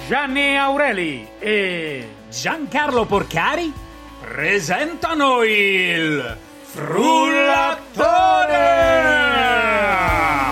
Gianni Aureli e Giancarlo Porcari presentano il Frullattore!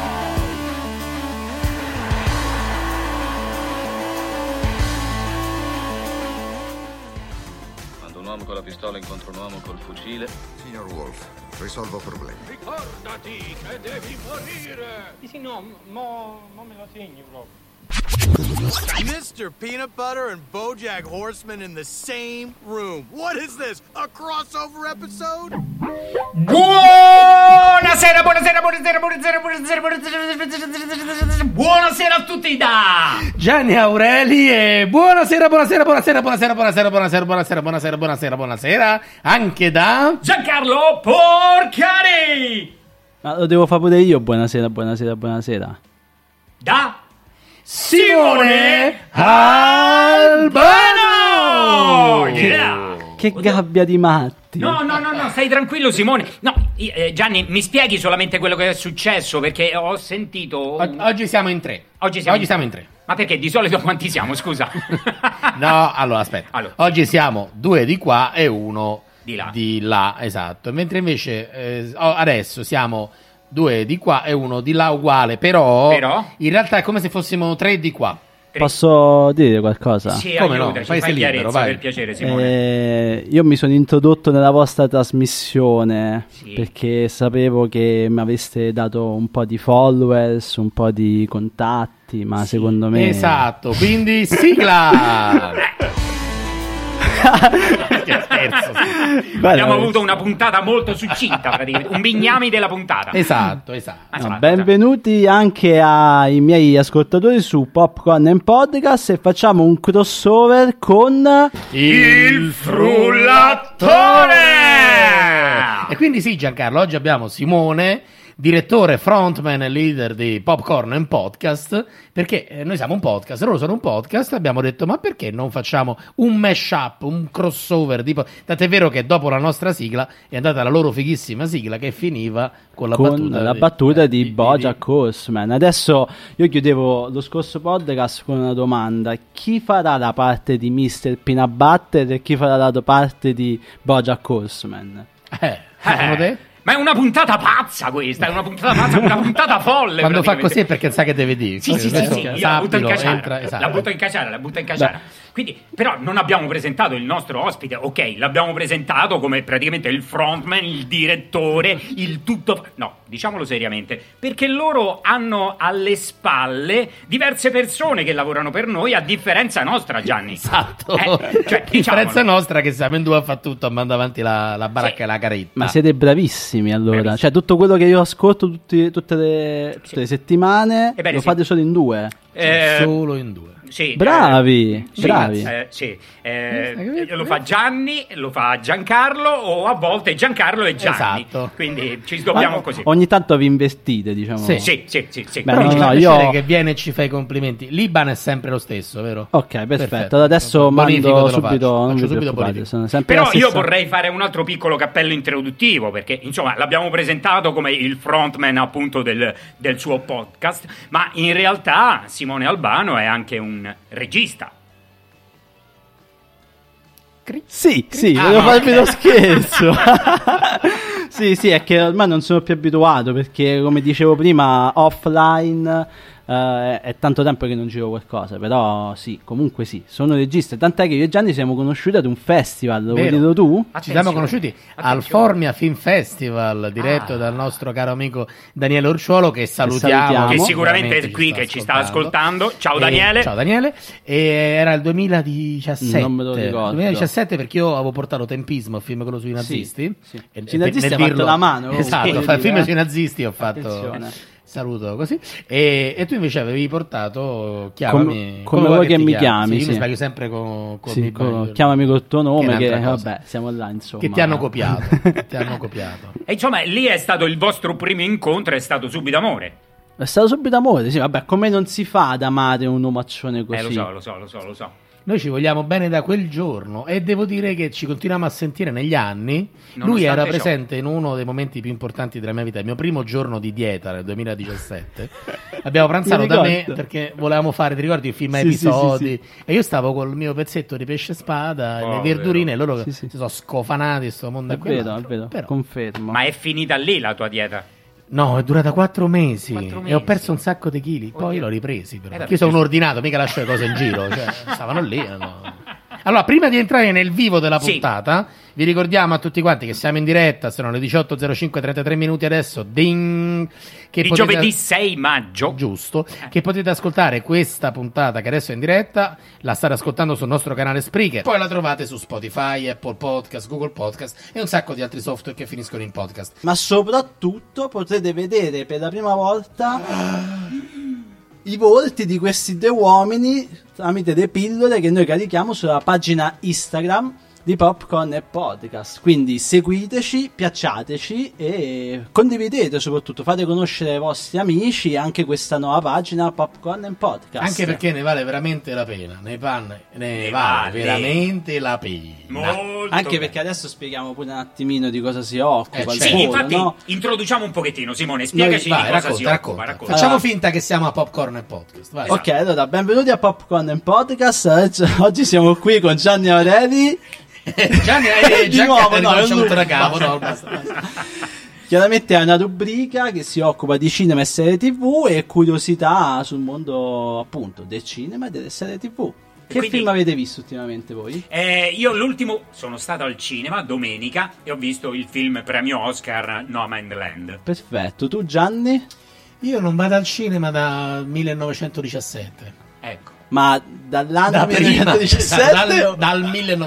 Un uomo con la pistola incontra un uomo col fucile. Signor Wolf, risolvo problemi. Ricordati che devi morire! Sì, no, mo me lo segni proprio. Mr. Peanut Butter and BoJack Horseman in the same room. What is this? A crossover episode? Buonasera a tutti da Gianni Aureli e buonasera anche da Giancarlo Porcari! Ma lo devo fare pure io, buonasera. Da Simone Albano! Yeah. Che gabbia di matti. No, stai tranquillo Simone. No, Gianni, mi spieghi solamente quello che è successo, perché ho sentito... Oggi siamo in tre. Oggi siamo in tre. Ma perché di solito quanti siamo, scusa? No, allora aspetta. Oggi siamo 2 di qua e 1 di là. Esatto. Mentre invece adesso siamo 2 di qua e 1 di là uguale, però in realtà è come se fossimo 3 di qua. Posso dire qualcosa? Sì, come aiutaci, no? fai libero, vai. Per piacere Simone. Io mi sono introdotto nella vostra trasmissione Sì. perché sapevo che mi aveste dato un po' di followers, un po' di contatti, ma secondo me... Esatto, quindi sigla! Scherzo, sì. Abbiamo avuto una puntata molto succinta, praticamente, un bignami della puntata. Esatto. Benvenuti anche ai miei ascoltatori su Popcorn and Podcast e facciamo un crossover con Il Frullattore! E quindi sì, Giancarlo, oggi abbiamo Simone, direttore, frontman e leader di Popcorn and Podcast, perché noi siamo un podcast, loro sono un podcast, abbiamo detto ma perché non facciamo un mashup, un crossover, tant'è vero che dopo la nostra sigla è andata la loro fighissima sigla che finiva con la battuta di BoJack Horseman. Adesso io chiudevo lo scorso podcast con una domanda: chi farà la parte di Mr. Peanut Butter e chi farà la parte di BoJack Horseman? Secondo te? Ma è una puntata pazza questa, è una puntata pazza, una puntata folle. Quando fa così è perché sa che deve dire. Sì, io la butto in caciara, esatto. la butto in caciara. Quindi, però non abbiamo presentato il nostro ospite, ok, l'abbiamo presentato come praticamente il frontman, il direttore, il tutto... No, diciamolo seriamente, perché loro hanno alle spalle diverse persone che lavorano per noi, a differenza nostra, Gianni. Esatto, cioè, differenza nostra che siamo in due a fare tutto, a mandare avanti la baracca e la caretta. Ma siete bravissimi allora, bravissimi. Cioè tutto quello che io ascolto tutte le settimane lo fate solo in due? Solo in due. Sì, bravi. Lo fa Gianni, lo fa Giancarlo, o a volte Giancarlo e Gianni. Esatto. Quindi ci sdoppiamo così. Ogni tanto vi investite, diciamo. Sì. Però io che viene e ci fai i complimenti. L'Iban è sempre lo stesso, vero? Ok, perfetto. Adesso mando subito. Però io vorrei fare un altro piccolo cappello introduttivo, perché insomma l'abbiamo presentato come il frontman appunto del suo podcast, ma in realtà Simone Albano è anche un regista. Sì, volevo farvi lo scherzo. Sì, è che ormai non sono più abituato perché, come dicevo prima, offline è tanto tempo che non giro qualcosa, però sì, comunque sì, sono regista, tant'è che io e Gianni siamo conosciuti ad un festival, lo vuoi dire tu? Ci siamo conosciuti al Formia Film Festival, diretto dal nostro caro amico Daniele Orciuolo, che salutiamo. Che sicuramente è qui, che ci sta ascoltando. Ciao Daniele. E era il 2017. Non me lo ricordo. 2017, perché io avevo portato Tempismo, il film quello sui nazisti. Sì. Sui nazisti ha fatto la mano. Esatto, il film sui nazisti ho fatto... Attenzione. Saluto così. E tu invece avevi portato Chiamami come vuoi che mi chiami. Io mi sbaglio sempre con chiamami col tuo nome, che vabbè, siamo là insomma. Che ti hanno copiato. E insomma, lì è stato il vostro primo incontro, è stato subito amore. È stato subito amore, sì, vabbè, come non si fa ad amare un omaccione così? Lo so. Noi ci vogliamo bene da quel giorno e devo dire che ci continuiamo a sentire negli anni. Lui era presente in uno dei momenti più importanti della mia vita, il mio primo giorno di dieta nel 2017. Abbiamo pranzato da me perché volevamo fare, ti ricordi, il film a episodi? E io stavo col mio pezzetto di pesce spada e le verdurine e loro si sono scofanati sto mondo. È vero, però, confermo. Ma è finita lì la tua dieta? No, è durata 4 mesi e ho perso un sacco di chili. Poi l'ho ripresi però. Perché io sono un ordinato, mica lascio le cose in giro, cioè, stavano lì. No. Allora, prima di entrare nel vivo della puntata, vi ricordiamo a tutti quanti che siamo in diretta, sono le 18.05, 33 minuti adesso, ding, che giovedì 6 maggio. Giusto, che potete ascoltare questa puntata che adesso è in diretta, la state ascoltando sul nostro canale Spreaker, poi la trovate su Spotify, Apple Podcast, Google Podcast e un sacco di altri software che finiscono in podcast. Ma soprattutto potrete vedere per la prima volta i volti di questi due uomini tramite le pillole che noi carichiamo sulla pagina Instagram di Popcorn e Podcast. Quindi seguiteci, piacciateci e condividete, soprattutto fate conoscere ai vostri amici anche questa nuova pagina Popcorn e Podcast. Anche perché ne vale veramente la pena, ne vale veramente la pena. Molto anche bene. Perché adesso spieghiamo pure un attimino di cosa si occupa. Sì, infatti no? Introduciamo un pochettino, Simone, spiegaci di cosa si occupa. Racconta. Facciamo finta che siamo a Popcorn e Podcast. Vai. Ok, allora benvenuti a Popcorn e Podcast. Oggi siamo qui con Gianni Aureli. Gianni, Di nuovo, no, non c'è non- avuto da capo, basta. no, basta. Chiaramente è una rubrica che si occupa di cinema e serie TV e curiosità sul mondo appunto del cinema e delle serie TV. Che quindi- film avete visto ultimamente voi? Io l'ultimo sono stato al cinema domenica e ho visto il film premio Oscar No Man's Land. Perfetto, tu Gianni? Io non vado al cinema da 1917. Ecco. Ma dall'anno Da prima, 1917? dal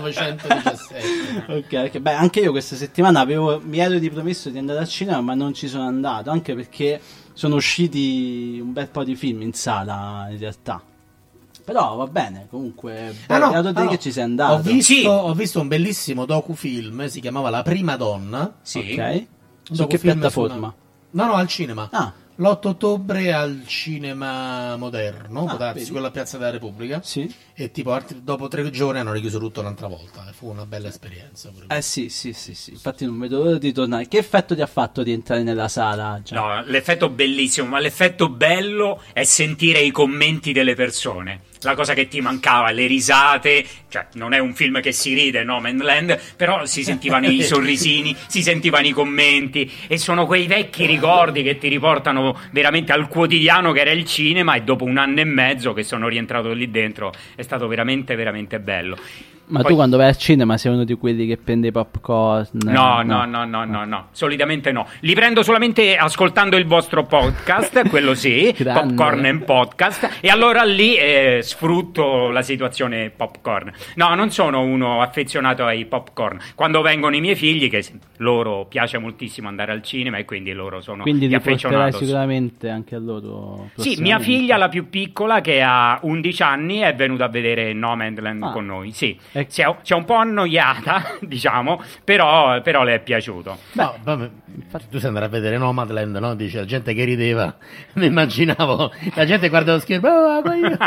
1917. Ok, beh, anche io questa settimana mi ero ripromesso di andare al cinema, ma non ci sono andato, anche perché sono usciti un bel po' di film in sala, in realtà. Però va bene, comunque, beato te che ci sei andato. Ho visto un bellissimo docufilm, si chiamava La prima donna. Sì. Ok. Un Su che docufilm piattaforma? No, al cinema. Ah. L'8 ottobre al cinema moderno, può darsi, vedi. quella a Piazza della Repubblica. Sì. E tipo dopo 3 giorni hanno richiuso tutto un'altra volta. Fu una bella esperienza. Pure. Sì. Infatti non vedo l'ora di tornare. Che effetto ti ha fatto di entrare nella sala? No, l'effetto bellissimo, ma l'effetto bello è sentire i commenti delle persone. La cosa che ti mancava, le risate, cioè non è un film che si ride, No Man's Land, però si sentivano i sorrisini, si sentivano i commenti e sono quei vecchi ricordi che ti riportano veramente al quotidiano che era il cinema e dopo 1 anno e mezzo che sono rientrato lì dentro è stato veramente veramente bello. Ma Poi- tu quando vai al cinema sei uno di quelli che prende i popcorn? No, solitamente no. Li prendo solamente ascoltando il vostro podcast, quello sì, Grande. Popcorn and Podcast, e allora lì sfrutto la situazione popcorn. No, non sono uno affezionato ai popcorn. Quando vengono i miei figli, che loro piace moltissimo andare al cinema e quindi loro sono Quindi gli li porterai affezionato. sicuramente anche a loro. Sì, mia figlia, la più piccola, che ha 11 anni, è venuta a vedere No Man's Land con noi. Sì, Ecco. si è un po' annoiata, diciamo, però le è piaciuto. No, vabbè, infatti tu sei andato a vedere Nomadland, no? Dice la gente che rideva. Mi immaginavo la gente guarda lo schermo. "Oh,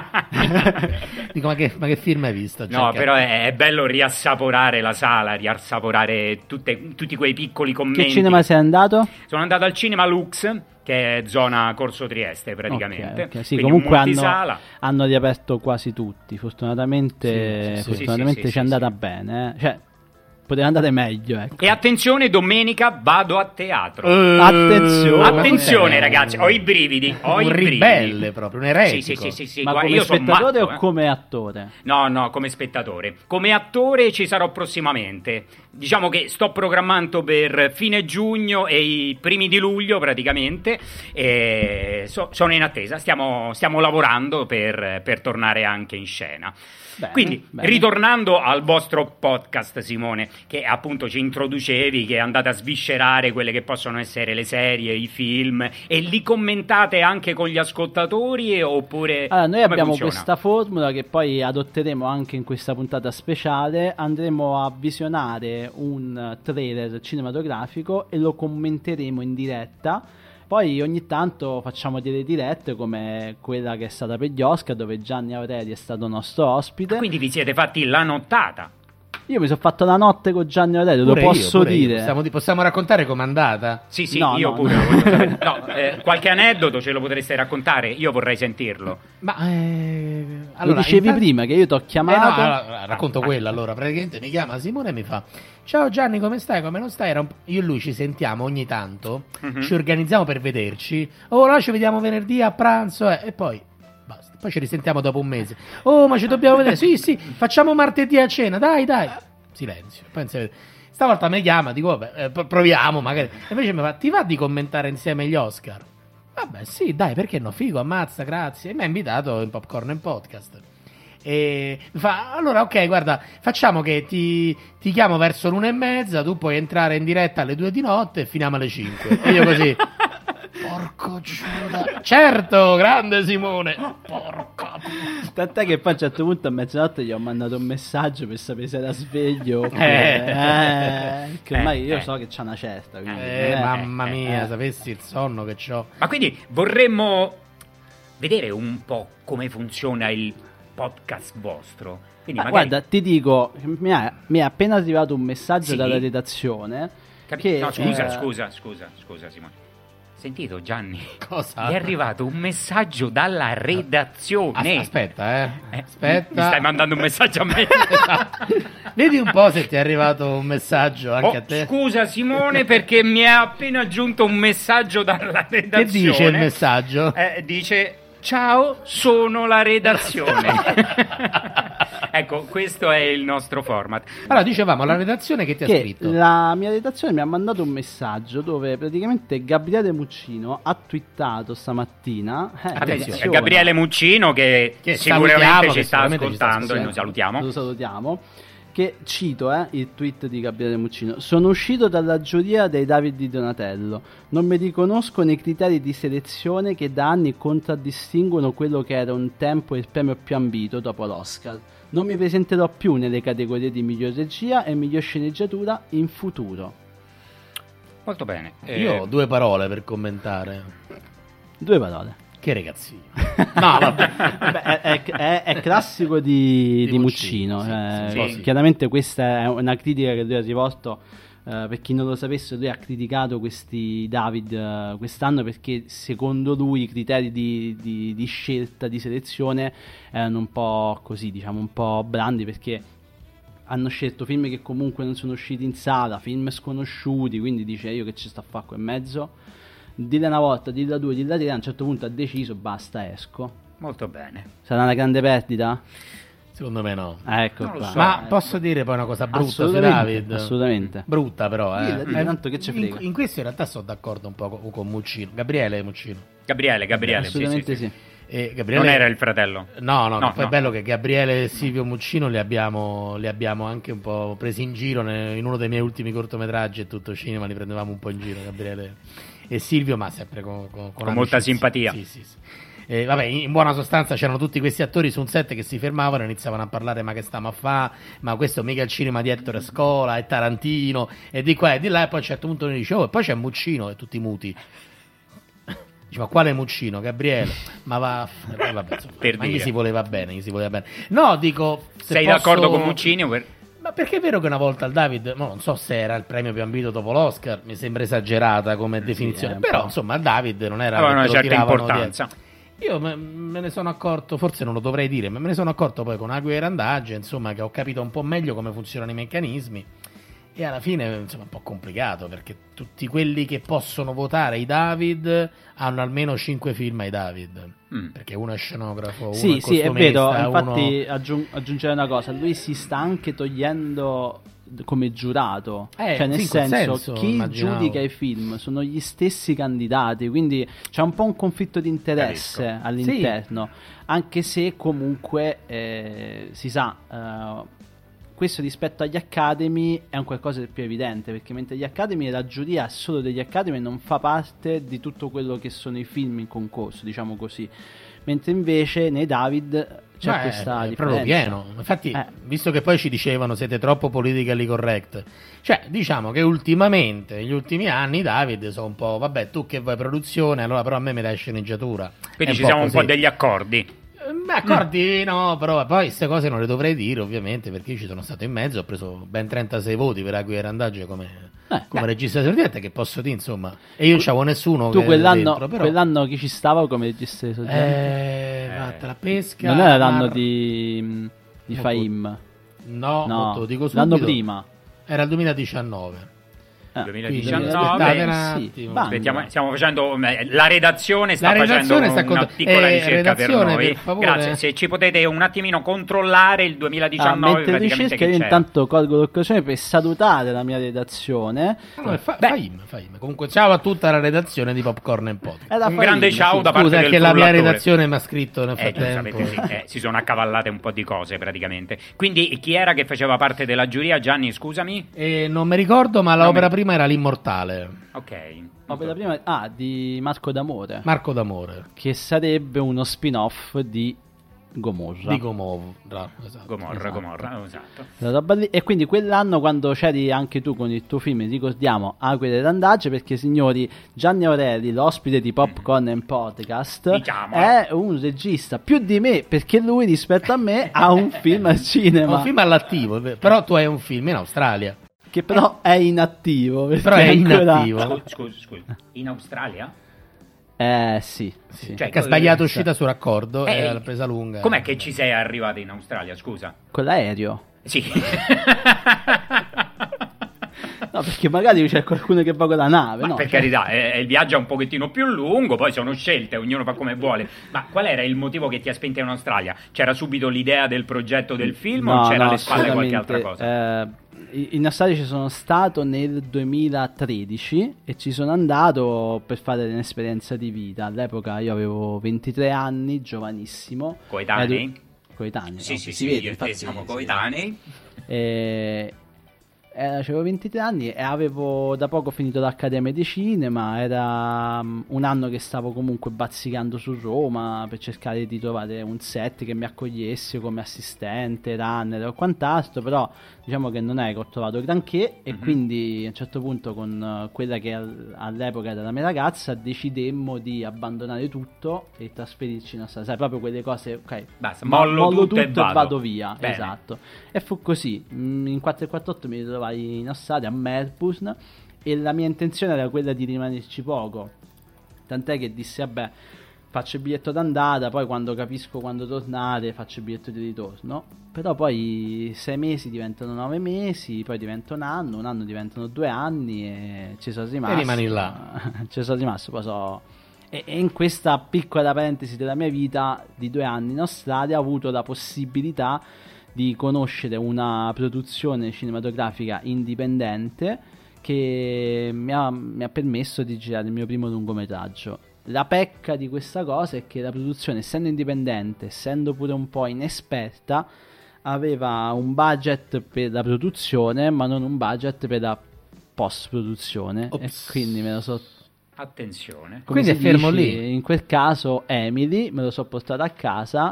dico, ma che film hai visto? No, però è bello riassaporare la sala, riassaporare tutti quei piccoli commenti. Che cinema sei andato? Sono andato al Cinema Lux, che è zona Corso Trieste praticamente. Ok. Sì, Quindi comunque multisala. hanno riaperto quasi tutti. Fortunatamente, Sì, sì, ci è andata bene. Cioè, poteva andare meglio, ecco. E attenzione, domenica vado a teatro. Attenzione, Ragazzi, ho i brividi. Un ribelle proprio, un eretico. Sì. Ma guarda, come io sono spettatore matto, o come attore? No, come spettatore. Come attore ci sarò prossimamente. Diciamo che sto programmando per fine giugno e i primi di luglio praticamente. E sono in attesa. Stiamo lavorando per tornare anche in scena. Bene, Quindi, bene. ritornando al vostro podcast, Simone, che appunto ci introducevi, che andate a sviscerare quelle che possono essere le serie, i film, e li commentate anche con gli ascoltatori oppure Allora, noi come abbiamo funziona? questa formula che poi adotteremo anche in questa puntata speciale. Andremo a visionare un trailer cinematografico e lo commenteremo in diretta. Poi ogni tanto facciamo delle dirette come quella che è stata per gli Oscar, dove Gianni Aureli è stato nostro ospite. Quindi vi siete fatti la nottata. Io mi sono fatto la notte con Gianni Aureli, lo Pure posso pure dire. Possiamo raccontare com'è andata? Sì, No, io no, pure. no. Voglio sapere. No, qualche aneddoto ce lo potreste raccontare? Io vorrei sentirlo. Ma Lo dicevi prima che io ti ho chiamato. Racconto quello. Allora, praticamente mi chiama Simone e mi fa: ciao Gianni, come stai? Come non stai? Io e lui ci sentiamo ogni tanto, ci organizziamo per vederci. Oh, là ci vediamo venerdì a pranzo, e poi basta. Poi ci risentiamo dopo un mese. Oh, ma ci dobbiamo vedere. Sì, facciamo martedì a cena, dai. Silenzio. Pensa, stavolta mi chiama, dico vabbè, proviamo magari. E invece mi fa: ti va di commentare insieme gli Oscar? Vabbè, sì, dai, perché no? Figo, ammazza, grazie. E mi ha invitato in Popcorn and Podcast. E mi fa: allora, ok, guarda, facciamo che ti chiamo verso l'1:30, tu puoi entrare in diretta alle 2 di notte e finiamo alle 5. E io così: porco Giuda. Certo, grande Simone. Porca. Tant'è che poi a un certo punto a mezzanotte gli ho mandato un messaggio per sapere se era sveglio. Che ormai io so che c'ha una certa. Quindi mamma mia, sapessi il sonno che c'ho. Ma quindi vorremmo vedere un po' come funziona il podcast vostro. Quindi magari... Guarda, ti dico, mi è appena arrivato un messaggio Sì? dalla redazione. Che, No, scusa Simone. Sentito Gianni? Cosa? Gli è arrivato un messaggio dalla redazione. Aspetta. Mi stai mandando un messaggio a me? Vedi un po' se ti è arrivato un messaggio anche a te. Scusa Simone, perché mi è appena giunto un messaggio dalla redazione. Che dice il messaggio? Dice: ciao, sono la redazione. Ecco, questo è il nostro format. Allora, dicevamo, la redazione che ti ha scritto. La mia redazione mi ha mandato un messaggio dove praticamente Gabriele Muccino ha twittato stamattina. Attenzione, è Gabriele Muccino che sicuramente ci sta ascoltando e noi salutiamo. Lo salutiamo. Che cito il tweet di Gabriele Muccino: sono uscito dalla giuria dei David di Donatello, non mi riconoscono i criteri di selezione che da anni contraddistinguono quello che era un tempo il premio più ambito dopo l'Oscar. Non mi presenterò più nelle categorie di miglior regia e miglior sceneggiatura in futuro. Molto bene. Io ho 2 parole per commentare. 2 parole. Che ragazzino. No, vabbè. È classico di Muccino. Sì. Chiaramente questa è una critica che lui ha rivolto. Per chi non lo sapesse, lui ha criticato questi David quest'anno perché secondo lui i criteri di scelta, di selezione erano un po' così, diciamo un po' blandi, perché hanno scelto film che comunque non sono usciti in sala, film sconosciuti, quindi dice: io che ci sto a fare qua in mezzo, dilla una volta, dilla 2, dilla 3, a un certo punto ha deciso, basta, esco. Molto bene. Sarà una grande perdita? Secondo me no. Ecco Non lo qua. so. Ma posso dire poi una cosa brutta su David? Assolutamente. Brutta però, Tanto che ci frega. In questo in realtà sono d'accordo un po' con Muccino. Gabriele Muccino. Gabriele. Assolutamente sì. Gabriele... Non era il fratello. No, poi è bello che Gabriele e Silvio Muccino li abbiamo anche un po' presi in giro in uno dei miei ultimi cortometraggi, e tutto cinema li prendevamo un po' in giro, Gabriele e Silvio, ma sempre con molta simpatia. Sì. Vabbè, in buona sostanza c'erano tutti questi attori su un set che si fermavano e iniziavano a parlare: ma che stiamo a fa'? Ma questo mica il cinema di Ettore Scola, è Tarantino, e di qua e di là, e poi a un certo punto uno dice: oh, e poi c'è Muccino, e tutti muti. Dice: ma quale Muccino? Gabriele? Ma vabbè, insomma, ma gli si voleva bene, No, dico, sei d'accordo con Muccino? Ma perché è vero che una volta il David, non so se era il premio più ambito dopo l'Oscar, mi sembra esagerata come definizione, però insomma il David non era aveva una certa importanza. Dietro. Io me ne sono accorto, forse non lo dovrei dire, ma me ne sono accorto poi con Acque e Randagge, insomma, che ho capito un po' meglio come funzionano i meccanismi, e alla fine insomma è un po' complicato, perché tutti quelli che possono votare i David hanno almeno 5 film ai David, perché uno è scenografo, uno sì, è sì, è vero, costumista, infatti aggiungere una cosa: lui si sta anche togliendo come giurato, cioè nel senso chi immaginavo. giudica i film sono gli stessi candidati, quindi c'è un po' un conflitto di interesse all'interno, anche se comunque si sa, questo rispetto agli Academy è un qualcosa di più evidente, perché mentre gli Academy, la giuria è solo degli Academy, non fa parte di tutto quello che sono i film in concorso, diciamo così, mentre invece nei David c'è questa è differenza. proprio pieno. Infatti, visto che poi ci dicevano siete troppo politically correct, cioè diciamo che ultimamente, negli ultimi anni, David sono un po', vabbè, tu che vuoi produzione, allora però a me mi dai sceneggiatura. Quindi ci siamo un po' degli accordi. Beh, accordi no, però poi queste cose non le dovrei dire ovviamente, perché io ci sono stato in mezzo, ho preso ben 36 voti per Acqui e Randaggi come regista esordiente, che posso dire insomma, e io non c'avevo nessuno. Tu che quell'anno, dentro, però... quell'anno chi ci stava come regista esordiente? Fatta la pesca. Non era l'anno di Fahim? No, te lo dico subito. L'anno prima. Era il 2019. 2019 aspettate un attimo. Aspettiamo, stiamo facendo la redazione sta redazione facendo una piccola ricerca per noi, grazie. Se ci potete un attimino controllare il 2019 mentre ricerca, io intanto colgo l'occasione per salutare la mia redazione. Fahim. Comunque ciao a tutta la redazione di Popcorn and Podcast. Un grande ciao da parte del che la mia frullatore. redazione mi ha scritto nel frattempo. Si sono accavallate un po' di cose praticamente. Quindi chi era che faceva parte della giuria? Gianni, scusami? Non mi ricordo, ma l'opera prima era L'Immortale. Ok. L'opera prima di Marco D'Amore. Marco D'Amore. Che sarebbe uno spin-off di Gomorra. Di Gomorra, esatto. Gomorra, esatto. La roba lì. E quindi quell'anno, quando c'eri anche tu con il tuo film, ricordiamo Acque e Randaggi, perché signori, Gianni Aureli, l'ospite di Popcorn and Podcast, diciamo, è un regista più di me, perché lui rispetto a me ha un film al cinema. Un film all'attivo, però tu hai un film in Australia. Che però è inattivo. Però è inattivo. Scusa, in Australia? Sì. Cioè, che ha sbagliato uscita su raccordo e l'ha presa lunga. Com'è che ci sei arrivato in Australia, scusa? Con l'aereo? Sì. No, perché magari c'è qualcuno che va con la nave. Ma no? per carità, il viaggio è un pochettino più lungo, poi sono scelte, ognuno fa come vuole. Ma qual era il motivo che ti ha spinto in Australia? C'era subito l'idea del progetto del film o c'era alle spalle qualche altra cosa? In Australia ci sono stato nel 2013 e ci sono andato per fare un'esperienza di vita. All'epoca io avevo 23 anni, giovanissimo. Coetanei? Coetanei, Sì, no? sì, Si vede, io e te infatti, siamo coetanei. Avevo 23 anni e avevo da poco finito l'Accademia di Cinema. Era un anno che stavo comunque bazzicando su Roma per cercare di trovare un set che mi accogliesse come assistente, runner o quant'altro, però diciamo che non è che ho trovato granché e quindi a un certo punto con quella che all'epoca era la mia ragazza decidemmo di abbandonare tutto e trasferirci in Australia. Sai, proprio quelle cose, ok, basta, mollo tutto e vado via. Bene. Esatto. E fu così. In 448 mi ritrovai in Australia, a Melbourne, e la mia intenzione era quella di rimanerci poco, tant'è che dissi vabbè, faccio il biglietto d'andata, poi quando capisco quando tornare faccio il biglietto di ritorno. Però poi 6 mesi diventano 9 mesi, poi diventa un anno diventano 2 anni e ci sono rimasto. E rimani là. Ci sono rimasto, poi e in questa piccola parentesi della mia vita di 2 anni in Australia ho avuto la possibilità di conoscere una produzione cinematografica indipendente che mi ha permesso di girare il mio primo lungometraggio. La pecca di questa cosa è che la produzione, essendo indipendente, essendo pure un po' inesperta, aveva un budget per la produzione ma non un budget per la post-produzione. E quindi me lo so... Attenzione. Quindi è fermo lì. In quel caso Emily me lo so portato a casa.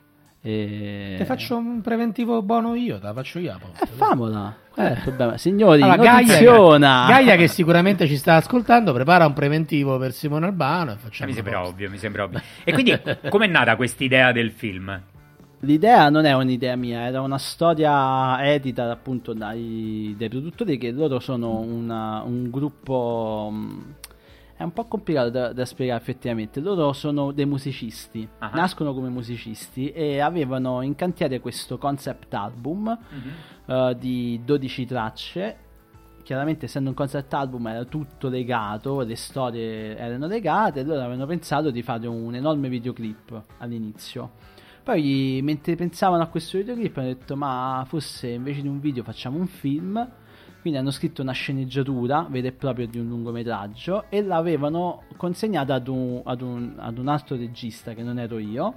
Te faccio un preventivo buono io, te la faccio io. Famola. Qual è il problema? Signori, allora, notiziona. Gaia che sicuramente ci sta ascoltando, prepara un preventivo per Simone Albano e facciamo mi sembra ovvio. E quindi com'è nata quest'idea del film? L'idea non è un'idea mia, era una storia edita appunto dai produttori, che loro sono un gruppo... È un po' complicato da spiegare effettivamente. Loro sono dei musicisti, nascono come musicisti e avevano in cantiere questo concept album di 12 tracce. Chiaramente, essendo un concept album, era tutto legato, le storie erano legate, e loro avevano pensato di fare un enorme videoclip all'inizio. Poi, mentre pensavano a questo videoclip, hanno detto ma forse invece di un video facciamo un film. Quindi hanno scritto una sceneggiatura vera e propria di un lungometraggio e l'avevano consegnata ad un altro regista che non ero io.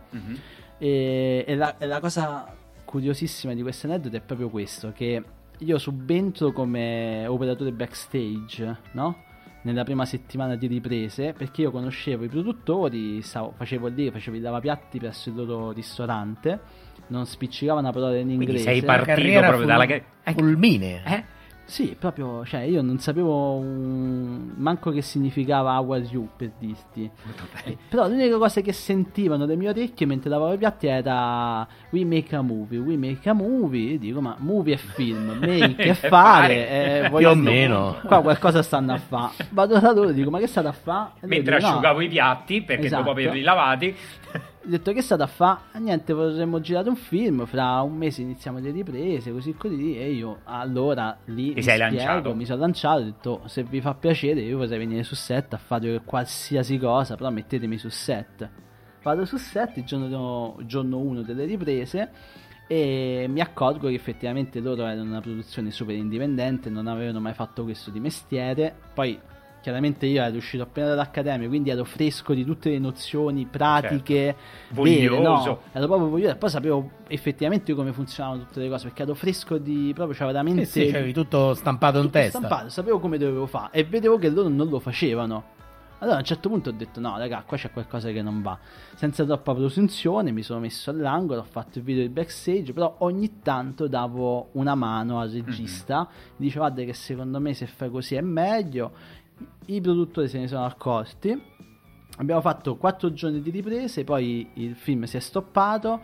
E la cosa curiosissima di questo aneddoto è proprio questo, che io subentro come operatore backstage, no? nella prima settimana di riprese, perché io conoscevo i produttori, facevo il lavapiatti presso il loro ristorante, non spiccicava una parola in Quindi inglese. sei partito proprio dalla... fulminea. Sì, proprio, cioè io non sapevo manco che significava How are you, per dirti. Però l'unica cosa che sentivano le mie orecchie mentre lavavo i piatti era we make a movie. Io dico, ma movie è film, make è fare. Più o meno. Qua qualcosa stanno a fare. Vado da loro e dico, ma che state a fare? Mentre asciugavo i piatti, perché Esatto. dopo averli lavati... Ho detto, che state a fare? Niente, vorremmo girare un film, fra un mese iniziamo le riprese, così così. E io allora lì mi sono lanciato, ho detto, se vi fa piacere io vorrei venire su set a fare qualsiasi cosa, però mettetemi su set. Vado su set il giorno 1 delle riprese e mi accorgo che effettivamente loro erano una produzione super indipendente, non avevano mai fatto questo di mestiere. Poi chiaramente io ero uscito appena dall'accademia, quindi ero fresco di tutte le nozioni pratiche, voglioso. no? Ero proprio voglioso, e poi sapevo effettivamente come funzionavano tutte le cose, perché ero fresco di proprio, cioè veramente sì, c'avevi tutto stampato in testa. Stampato, sapevo come dovevo fare e vedevo che loro non lo facevano. Allora a un certo punto ho detto, no raga, qua c'è qualcosa che non va. Senza troppa presunzione mi sono messo all'angolo, ho fatto il video di backstage, però ogni tanto davo una mano al regista, mi dice, guarda che secondo me se fai così è meglio. I produttori se ne sono accorti, abbiamo fatto 4 giorni di riprese, poi il film si è stoppato,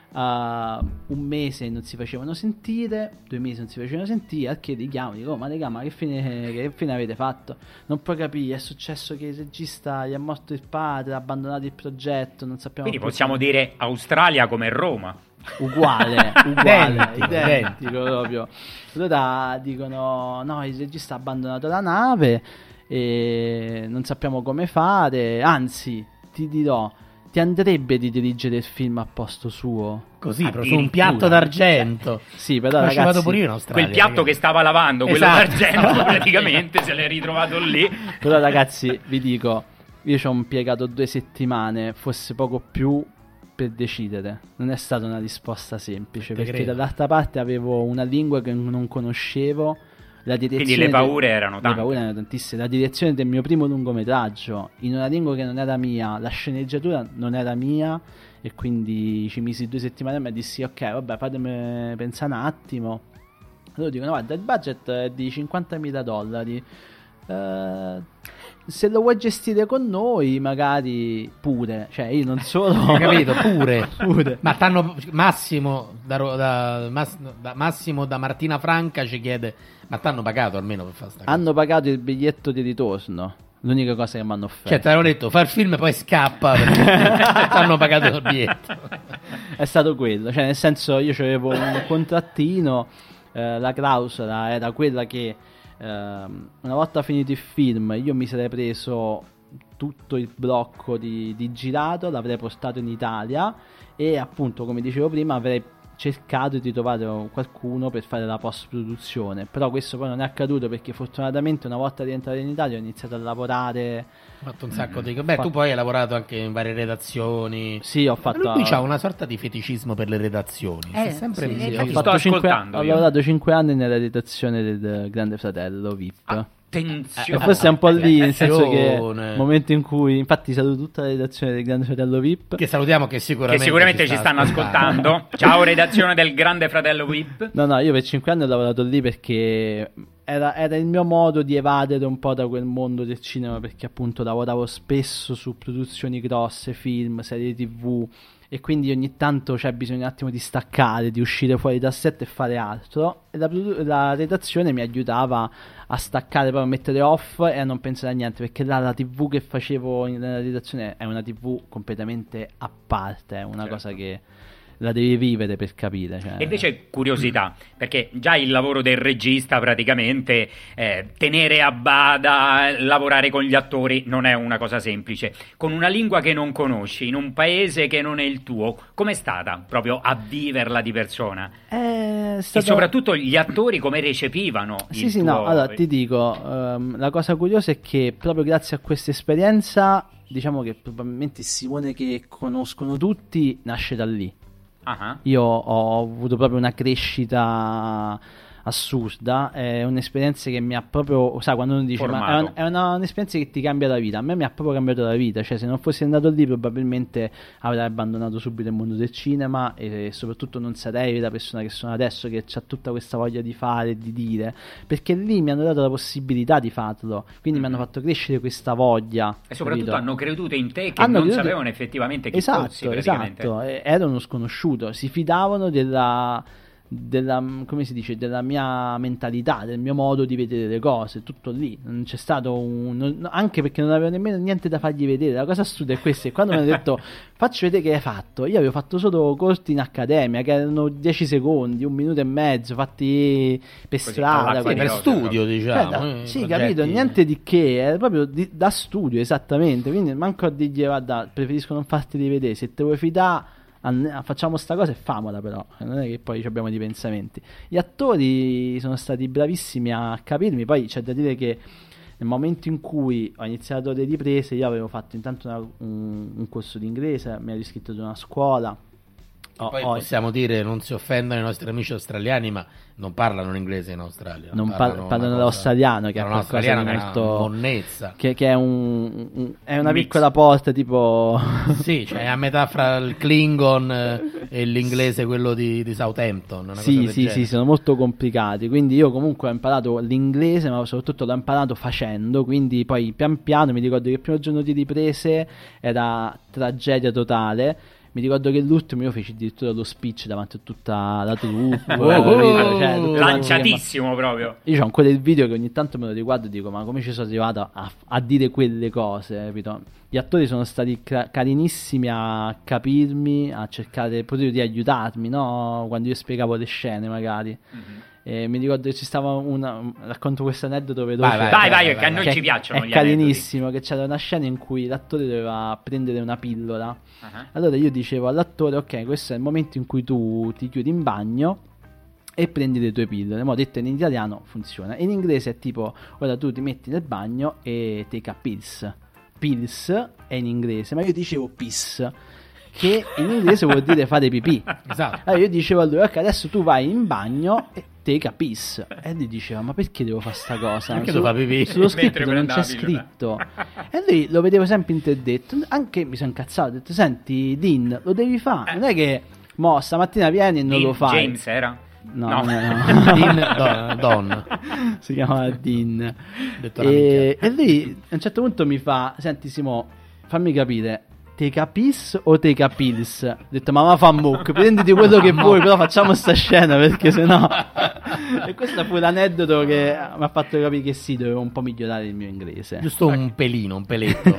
un mese non si facevano sentire, 2 mesi non si facevano sentire, al che richiamo, dico, ma raga, ma che fine avete fatto? Non puoi capire, è successo che il regista gli è morto il padre, ha abbandonato il progetto, non sappiamo. Quindi possiamo dire Australia come Roma. Uguale, Identico. identico proprio. Allora dicono, no, il regista ha abbandonato la nave e non sappiamo come fare, anzi ti dirò, ti andrebbe di dirigere il film a posto suo? Così, su un piatto d'argento. Sì, però Ma ci vado ragazzi, pure io in Australia. Quel piatto che stava lavando, quello Esatto. d'argento, praticamente se l'è ritrovato lì. però ragazzi vi dico, io ci ho impiegato 2 settimane, forse poco più, per decidere. Non è stata una risposta semplice, perché credo. dall'altra parte avevo una lingua che non conoscevo, la direzione Quindi le paure erano le tante. paure erano tantissime, la direzione del mio primo lungometraggio in una lingua che non era mia, la sceneggiatura non era mia, e quindi ci misi 2 settimane e mi dissi, ok, vabbè, fatemi pensare un attimo. Allora dicono, guarda, il budget è di $50.000, se lo vuoi gestire con noi magari pure, cioè io non solo Hai capito? Pure. Pure. Ma t'hanno Massimo Massimo da Martina Franca ci chiede, ma t'hanno pagato almeno per fare sta cosa? Hanno pagato il biglietto di ritorno, l'unica cosa che mi hanno offerto. Cioè, te l'avevo detto, fa il film e poi scappa perché t'hanno pagato il biglietto. È stato quello, cioè nel senso, io avevo un contrattino, la clausola era quella che una volta finito il film io mi sarei preso tutto il blocco di girato, l'avrei portato in Italia e appunto, come dicevo prima, avrei cercato di trovare qualcuno per fare la post produzione, però questo poi non è accaduto perché fortunatamente una volta rientrato in Italia ho iniziato a lavorare. Ho fatto un sacco di... Beh, tu poi hai lavorato anche in varie redazioni. Sì, ho fatto. Lui c'ha una sorta di feticismo per le redazioni. È sempre Sì, così. ho Ti fatto sto ascoltando ho io. lavorato 5 anni nella redazione del Grande Fratello VIP. E Attenzione. forse è un po' lì, nel senso che Attenzione. nel momento in cui, infatti, saluto tutta la redazione del Grande Fratello VIP. Che salutiamo, che Che sicuramente, sicuramente ci stanno ascoltando. Ciao redazione del Grande Fratello VIP. No, io per 5 anni ho lavorato lì perché era il mio modo di evadere un po' da quel mondo del cinema, perché appunto lavoravo spesso su produzioni grosse, film, serie TV, e quindi ogni tanto c'è bisogno un attimo di staccare, di uscire fuori dal set e fare altro, e la redazione mi aiutava a staccare, proprio a mettere off e a non pensare a niente, perché là la TV che facevo nella redazione è una TV completamente a parte, è una cosa che la devi vivere per capire, cioè. E invece curiosità, perché già il lavoro del regista praticamente, tenere a bada, lavorare con gli attori non è una cosa semplice. Con una lingua che non conosci, in un paese che non è il tuo, com'è stata proprio a viverla di persona? È E stato... soprattutto gli attori come recepivano il Sì, tuo... no, allora ti dico, la cosa curiosa è che proprio grazie a questa esperienza, diciamo che probabilmente il Simone che conoscono tutti nasce da lì. Ah, Io ho avuto proprio una crescita assurda, è un'esperienza che mi ha proprio, sai, quando uno dice Formato. è un'esperienza che ti cambia la vita, a me mi ha proprio cambiato la vita, cioè se non fossi andato lì probabilmente avrei abbandonato subito il mondo del cinema e soprattutto non sarei la persona che sono adesso, che ha tutta questa voglia di fare, di dire, perché lì mi hanno dato la possibilità di farlo, quindi mi hanno fatto crescere questa voglia, E soprattutto capito? hanno creduto in te che Hanno non creduto- sapevano effettivamente chi fossi, praticamente. esatto, era uno sconosciuto, si fidavano della come si dice, della mia mentalità, del mio modo di vedere le cose, tutto lì, non c'è stato anche perché non avevo nemmeno niente da fargli vedere. La cosa assurda è questa, e quando mi hanno detto facci vedere che hai fatto, io avevo fatto solo corti in accademia che erano 10 secondi, 1 minuto e mezzo fatti per Così, strada, alla Sì, fine per proprio. studio, cioè, diciamo. sì, progetti- capito, niente di che, era proprio da studio, esattamente, quindi manco a dirgli guarda, preferisco non farti rivedere, se te vuoi fidare facciamo sta cosa e famola, però non è che poi ci abbiamo dei pensamenti. Gli attori sono stati bravissimi a capirmi, poi c'è da dire che nel momento in cui ho iniziato le riprese io avevo fatto intanto un corso di inglese, mi ero iscritto ad una scuola. Poi possiamo dire, non si offendono i nostri amici australiani, ma non parlano l'inglese in Australia. Non parlano parlano l'australiano, che è parlano qualcosa di l'australiano, molto... è una monnezza. che è è una Mix. piccola porta tipo... Sì, cioè è a metà fra il Klingon e l'inglese quello di Southampton. Una cosa Sì, del sì, genere. sì, sono molto complicati. Quindi io comunque ho imparato l'inglese, ma soprattutto l'ho imparato facendo. Quindi poi pian piano mi ricordo che il primo giorno di riprese era tragedia totale. Mi ricordo che l'ultimo io feci addirittura lo speech davanti a tutta la troupe. Cioè, tutti quanti che Lanciatissimo proprio. io ho ancora il video che ogni tanto me lo riguardo e dico ma come ci sono arrivato a dire quelle cose, capito? Gli attori sono stati carinissimi a capirmi, a cercare proprio di aiutarmi, no? Quando io spiegavo le scene magari. E mi ricordo che ci stava racconto questo aneddoto veloce. Vai, che a noi ci piacciono è gli carinissimo, che c'era una scena in cui l'attore doveva prendere una pillola. Uh-huh. Allora io dicevo all'attore ok, questo è il momento in cui tu ti chiudi in bagno e prendi le tue pillole. Mo' detto in italiano funziona, in inglese è tipo ora tu ti metti nel bagno e take a pills. Pills è in inglese, ma io dicevo piss, che in inglese vuol dire fare pipì. Esatto. Allora io dicevo a lui ok, adesso tu vai in bagno e take a piss, e lui diceva ma perché devo fare sta cosa? Perché devo fare pipì? Sullo scritto Mentre non prendeva c'è la pillola. scritto. E lui lo vedevo sempre interdetto, anche mi sono incazzato, ho detto senti Dean, lo devi fare, non è che mo stamattina vieni e non Dean lo fai. James era? No. Don. Si chiama Dean. Detto una E lui a un certo punto mi fa senti Simo, fammi capire, take a piss o take a pills? Ho detto ma fa muc, prenditi quello che vuoi, però facciamo sta scena perché sennò. E questo fu l'aneddoto che mi ha fatto capire che sì, dovevo un po' migliorare il mio inglese. Giusto un pelino, un peletto.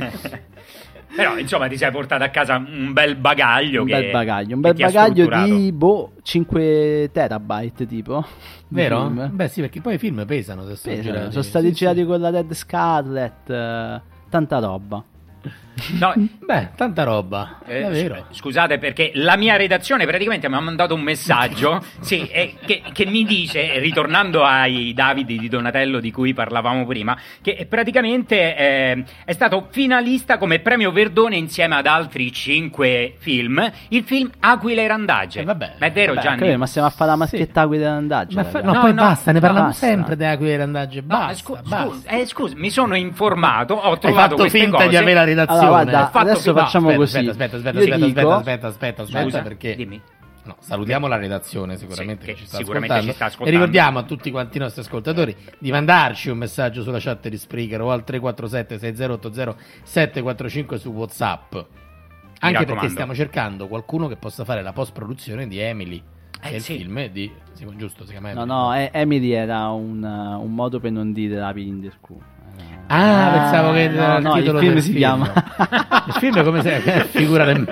Però insomma ti sei portato a casa un bel bagaglio Un che bel bagaglio, un che bel ti ha bagaglio strutturato. di 5 terabyte tipo. di Vero? film. Beh sì, perché poi i film pesano se sono Pesano, girati. sono stati Sì, girati sì. con la Red Scarlet, tanta roba. No, Beh, tanta roba, è vero. Scusate perché la mia redazione praticamente mi ha mandato un messaggio sì, che mi dice, ritornando ai Davidi di Donatello di cui parlavamo prima, che praticamente è stato finalista come premio Verdone insieme ad altri 5 film, il film Aquile Randagge. Vabbè, Ma è vero vabbè, Gianni? Capito, ma stiamo a fare la macchietta qui dell'andaggio. Ma ragazzi. no, No, poi no, basta, ne parliamo basta. sempre della Randaggio. No, Basta, basta. scusa, mi sono informato, ho Hai trovato fatto queste finta cose. di avere la redazione. Allora, guarda, fatto adesso che- no, facciamo così. Aspetta, Scusa, perché dimmi. no, salutiamo la redazione sicuramente Sì, che ci sta sicuramente ascoltando. ci sta ascoltando. E ricordiamo a tutti quanti i nostri ascoltatori di mandarci un messaggio sulla chat di Spreaker o al 347 6080 745 su WhatsApp. Anche perché raccomando. stiamo cercando qualcuno che possa fare la post produzione di Emily. Che è il sì. film di giusto, si chiama No, Emily. no, Emily era un modo per non dire Rapid in the School. Ah, pensavo che era no, il titolo il film del si chiama Il film come se figura del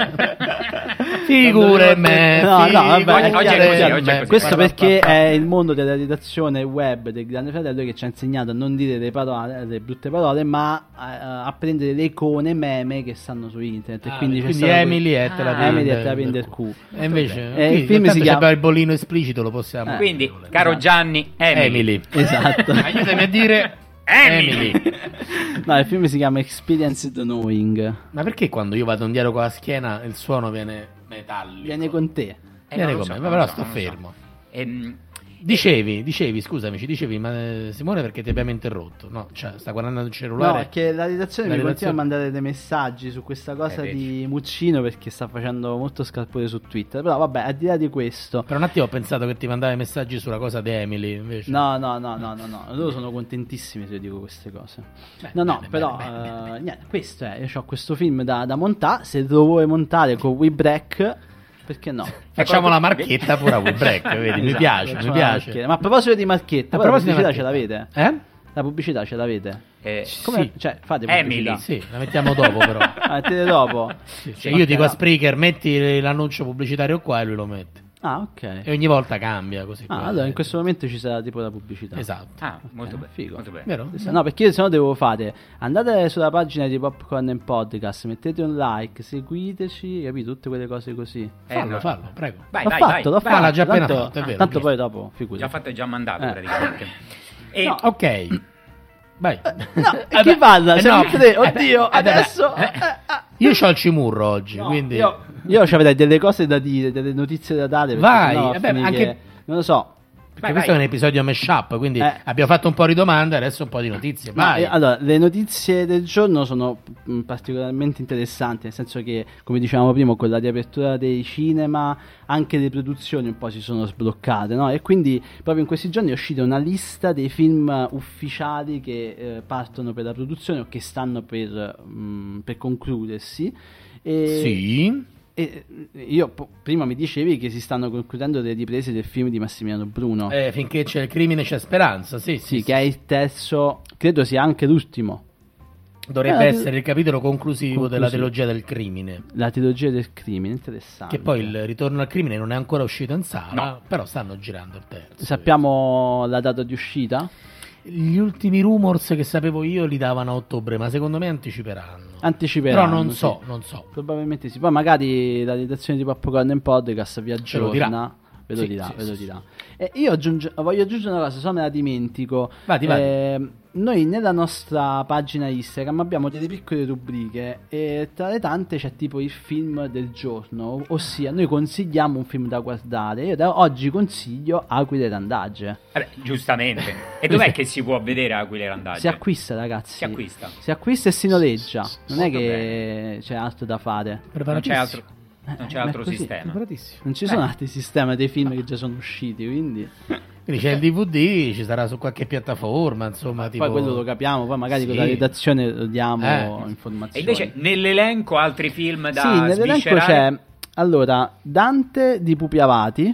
figure me. No, vabbè, oggi è così. questo perché è il mondo della redazione web del Grande Fratello che ci ha insegnato a non dire le parole, le brutte parole, ma a prendere le icone meme che stanno su internet. E quindi c'è stato Emily è Emily è Terapia in the Q. E invece il film si chiama il bollino esplicito, lo possiamo. Quindi, caro Gianni, Emily. Esatto. Aiutami a dire Emily. No, il film si chiama Experienced Knowing. Ma perché quando io vado indietro con la schiena il suono viene metallico? Viene con te. Viene non lo con so, me, non però lo so, sto non lo so. fermo. Dicevi, scusami, ci dicevi, ma Simone, perché ti abbiamo interrotto? No, cioè, sta guardando il cellulare. No, perché la redazione mi continua a mandare dei messaggi su questa cosa di Muccino, perché sta facendo molto scalpore su Twitter. Però vabbè, al di là di questo, Per un attimo ho pensato che ti mandavi messaggi sulla cosa di Emily, invece. No, loro sono contentissimi se io dico queste cose. Niente, questo è, io ho questo film da montare, se lo vuoi montare con We Break, perché no? Facciamo la marchetta pure a We Break, vedi, mi piace. Ma a proposito di marchetta, la pubblicità ce l'avete? La pubblicità ce l'avete? Come? Sì. Cioè, fate pubblicità. Emily, sì, la mettiamo dopo però. Mettete dopo? Sì, cioè io dico a Spreaker, metti l'annuncio pubblicitario qua e lui lo mette. Ah, ok. E ogni volta cambia così. Allora in questo momento ci sarà tipo la pubblicità. Esatto. Molto bene. Figo. Molto bene. Vero? No, perché io se no devo fare. Andate sulla pagina di Popcorn and Podcast, mettete un like, seguiteci, capito? Tutte quelle cose così. Fallo, prego. Vai, L'ho vai, fatto, vai. l'ho fatto. l'ha già appena tanto, fatto, è vero, tanto giusto. poi dopo, figurati. Già fatto e già mandato praticamente. E No, ok. Vai. E chi parla? Siamo in tre. Oddio, vabbè. adesso. Io c'ho il cimurro oggi, quindi Io avrei delle cose da dire, delle notizie da dare. perché Vai, sennò va a vabbè, finire anche- che- non lo so. perché questo è un episodio mashup, quindi abbiamo fatto un po' di domande, adesso un po' di notizie. Vai. Allora, le notizie del giorno sono particolarmente interessanti, nel senso che, come dicevamo prima, con la riapertura dei cinema, anche le produzioni un po' si sono sbloccate, no? E quindi proprio in questi giorni è uscita una lista dei film ufficiali che partono per la produzione o che stanno per concludersi. Sì. E io prima mi dicevi che si stanno concludendo le riprese del film di Massimiliano Bruno. Finché c'è il crimine c'è speranza, sì, Che è il terzo, credo sia anche l'ultimo. Dovrebbe essere il capitolo conclusivo della trilogia del crimine. La trilogia del crimine, interessante. Che poi il ritorno al crimine non è ancora uscito in sala, però stanno girando il terzo. Sappiamo la data di uscita? Gli ultimi rumors che sapevo io li davano a ottobre, ma secondo me anticiperanno. Però non so. Probabilmente sì. Poi magari la redazione di Popcorn and Podcast vi aggiorna. Ve lo Sì, dirà. sì. E io voglio aggiungere una cosa, se no me la dimentico. Vai. Noi nella nostra pagina Instagram abbiamo delle piccole rubriche e tra le tante c'è tipo il film del giorno, ossia noi consigliamo un film da guardare. Io da oggi consiglio Aquile Randagge. giustamente. E dov'è che si può vedere Aquile Randagge? Si acquista, ragazzi. Si acquista. E si noleggia. Non è Molto che c'è altro da fare. Non c'è altro. Non c'è altro così, sistema. Non ci sono altri sistemi dei film che già sono usciti, quindi c'è il DVD, ci sarà su qualche piattaforma, insomma. Tipo... Poi quello lo capiamo, poi magari con la redazione lo diamo informazioni. E invece nell'elenco altri film da nell'elenco sviscerare? c'è allora Dante di Pupi Avati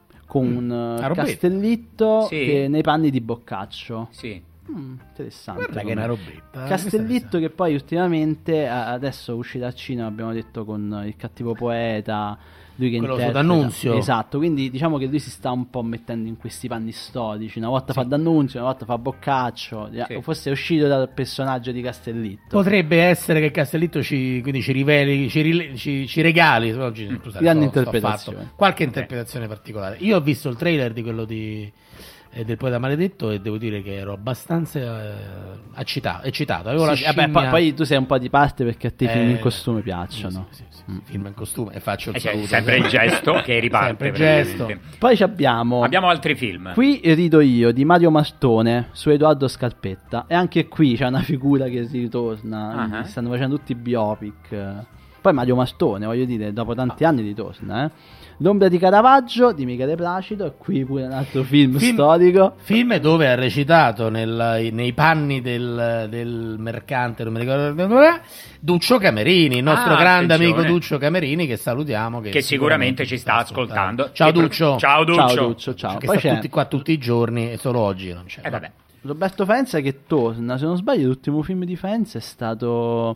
con Castellitto che nei panni di Boccaccio. Sì. Interessante. Guarda che è una robetta. Castellitto che poi ultimamente adesso uscita al cinema, abbiamo detto, con Il cattivo poeta, lui che quello interpreta su D'Annunzio. Esatto, quindi diciamo che lui si sta un po' mettendo in questi panni storici, una volta fa D'Annunzio, una volta fa Boccaccio, forse è uscito dal personaggio di Castellitto. Potrebbe essere che Castellitto ci riveli, ci regali grande interpretazione. Qualche interpretazione particolare. Io ho visto il trailer di quello del poeta maledetto e devo dire che ero abbastanza eccitato. Avevo la scimmia... poi tu sei un po' di parte perché a te i film in costume piacciono. Sì. Film in costume e faccio il C'è saluto. sempre il gesto che riparte. Sempre il gesto. Poi abbiamo altri film. Qui rido io di Mario Mastone su Edoardo Scarpetta, e anche qui c'è una figura che si ritorna. Stanno facendo tutti i biopic. Poi Mario Mastone, voglio dire, dopo tanti anni ritorna. L'ombra di Caravaggio di Michele Placido, e qui pure un altro film storico. Film dove ha recitato nei panni del mercante, non mi ricordo, Duccio Camerini, il nostro grande amico Duccio Camerini, che salutiamo. Che sicuramente ci sta ascoltando. Ciao Duccio. Ciao Duccio. Ciao. Che Poi sta c'è qua tutti i giorni e solo oggi non c'è. Vabbè. Roberto Faenza che torna, se non sbaglio l'ultimo film di Faenza è stato...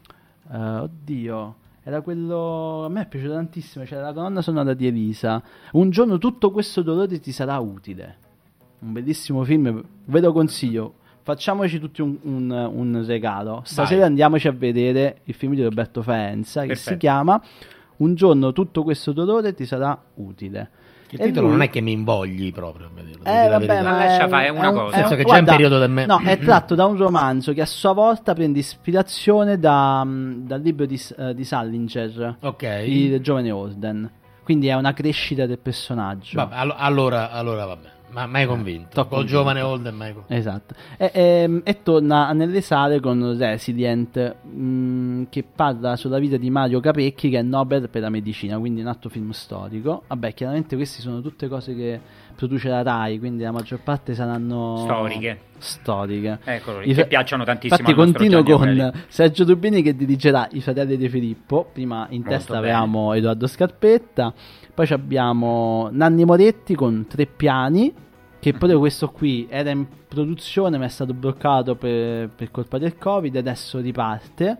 oddio... Era quello, a me è piaciuto tantissimo, c'era la colonna sonora di Elisa. Un giorno tutto questo dolore ti sarà utile. Un bellissimo film, ve lo consiglio. Facciamoci tutti un regalo. Stasera andiamoci a vedere il film di Roberto Faenza che si chiama Un giorno tutto questo dolore ti sarà utile. Il titolo non è che mi invogli proprio a vederlo. Vabbè, ma lascia fare una cosa. Nel senso che già è un periodo del me. No, è tratto da un romanzo che a sua volta prende ispirazione dal libro di Salinger, Il giovane Holden. Quindi è una crescita del personaggio. Vabbè, allora vabbè. Ma mai convinto. Troppo Un po' giovane old e mai convinto. Esatto. E torna nelle sale con Resident, che parla sulla vita di Mario Capecchi, che è Nobel per la medicina, quindi un altro film storico. Vabbè, chiaramente queste sono tutte cose che produce la Rai, quindi la maggior parte saranno storiche. Eccolo, che piacciono tantissimo. Infatti al nostro continuo Gianni con Aureli. Sergio Dubini che dirigerà I Fratelli di Filippo. Prima in Molto testa bene. avevamo Edoardo Scarpetta, poi abbiamo Nanni Moretti con Tre Piani, che pure questo qui era in produzione ma è stato bloccato per colpa del Covid, adesso riparte.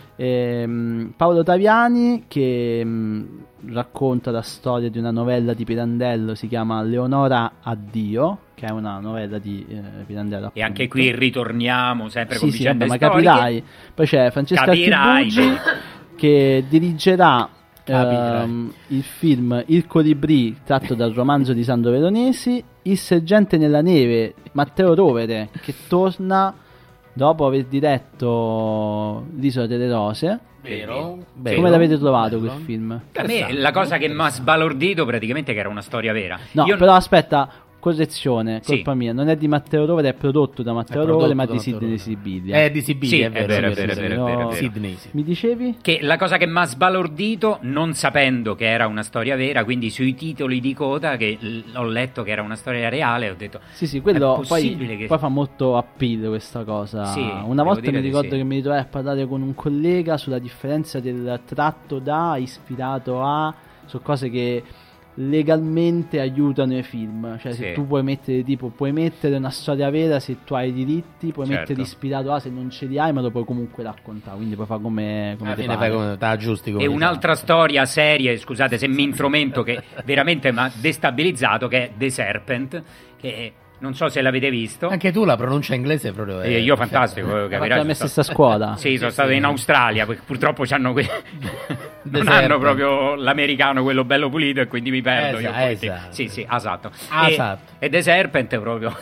Paolo Taviani che racconta la storia di una novella di Pirandello, si chiama Leonora Addio, che è una novella di Pirandello, E anche qui ritorniamo sempre con sì, vicende vabbè, ma storiche. capirai. Poi c'è Francesca Capirai, Archibugi che dirigerà Capirai. il film Il Colibrì, tratto dal romanzo di Sandro Veronesi. Il Sergente nella neve, Matteo Rovere, che torna dopo aver diretto L'Isola delle Rose. Vero? Come l'avete trovato quel film? A me la cosa che mi ha sbalordito praticamente è che era una storia vera. No, Io- però aspetta, correzione, Sì. colpa mia, non è di Matteo Rovere, è prodotto da Matteo È prodotto Rovere, ma da di Matteo Sidney Rovere. Sibilia. È di Sibilia, Sì, è vero. è vero, sì, è sì, vero, sì. è vero. Sidney, sì. Mi dicevi? Che la cosa che mi ha sbalordito, non sapendo che era una storia vera, quindi sui titoli di coda che ho letto che era una storia reale, ho detto Sì, quello è possibile che... poi fa molto appeal questa cosa. Sì, Una devo volta dire mi di ricordo sì. che mi ritrovai a parlare con un collega sulla differenza del tratto da, ispirato a, su cose che legalmente aiutano i film. Cioè, se Sì. tu puoi mettere una storia vera se tu hai i diritti, puoi Certo. mettere ispirato a se non ce li hai, ma lo puoi comunque raccontare. Quindi puoi fare come Alla ti fine pare. fai come te aggiusti come E ti un'altra storia seria, scusate se mi intromento, che veramente mi ha destabilizzato, che è The Serpent, che non so se l'avete visto. fa. Anche tu la pronuncia inglese proprio è Io fantastico, Hai fatto capirai. la mia stessa scuola. Sì, sono stato in Australia, perché purtroppo c'hanno non Deserto. hanno proprio l'americano, quello bello pulito, e quindi mi perdo. io poi. Esatto. Sì, esatto. Esatto. E The Serpent è proprio...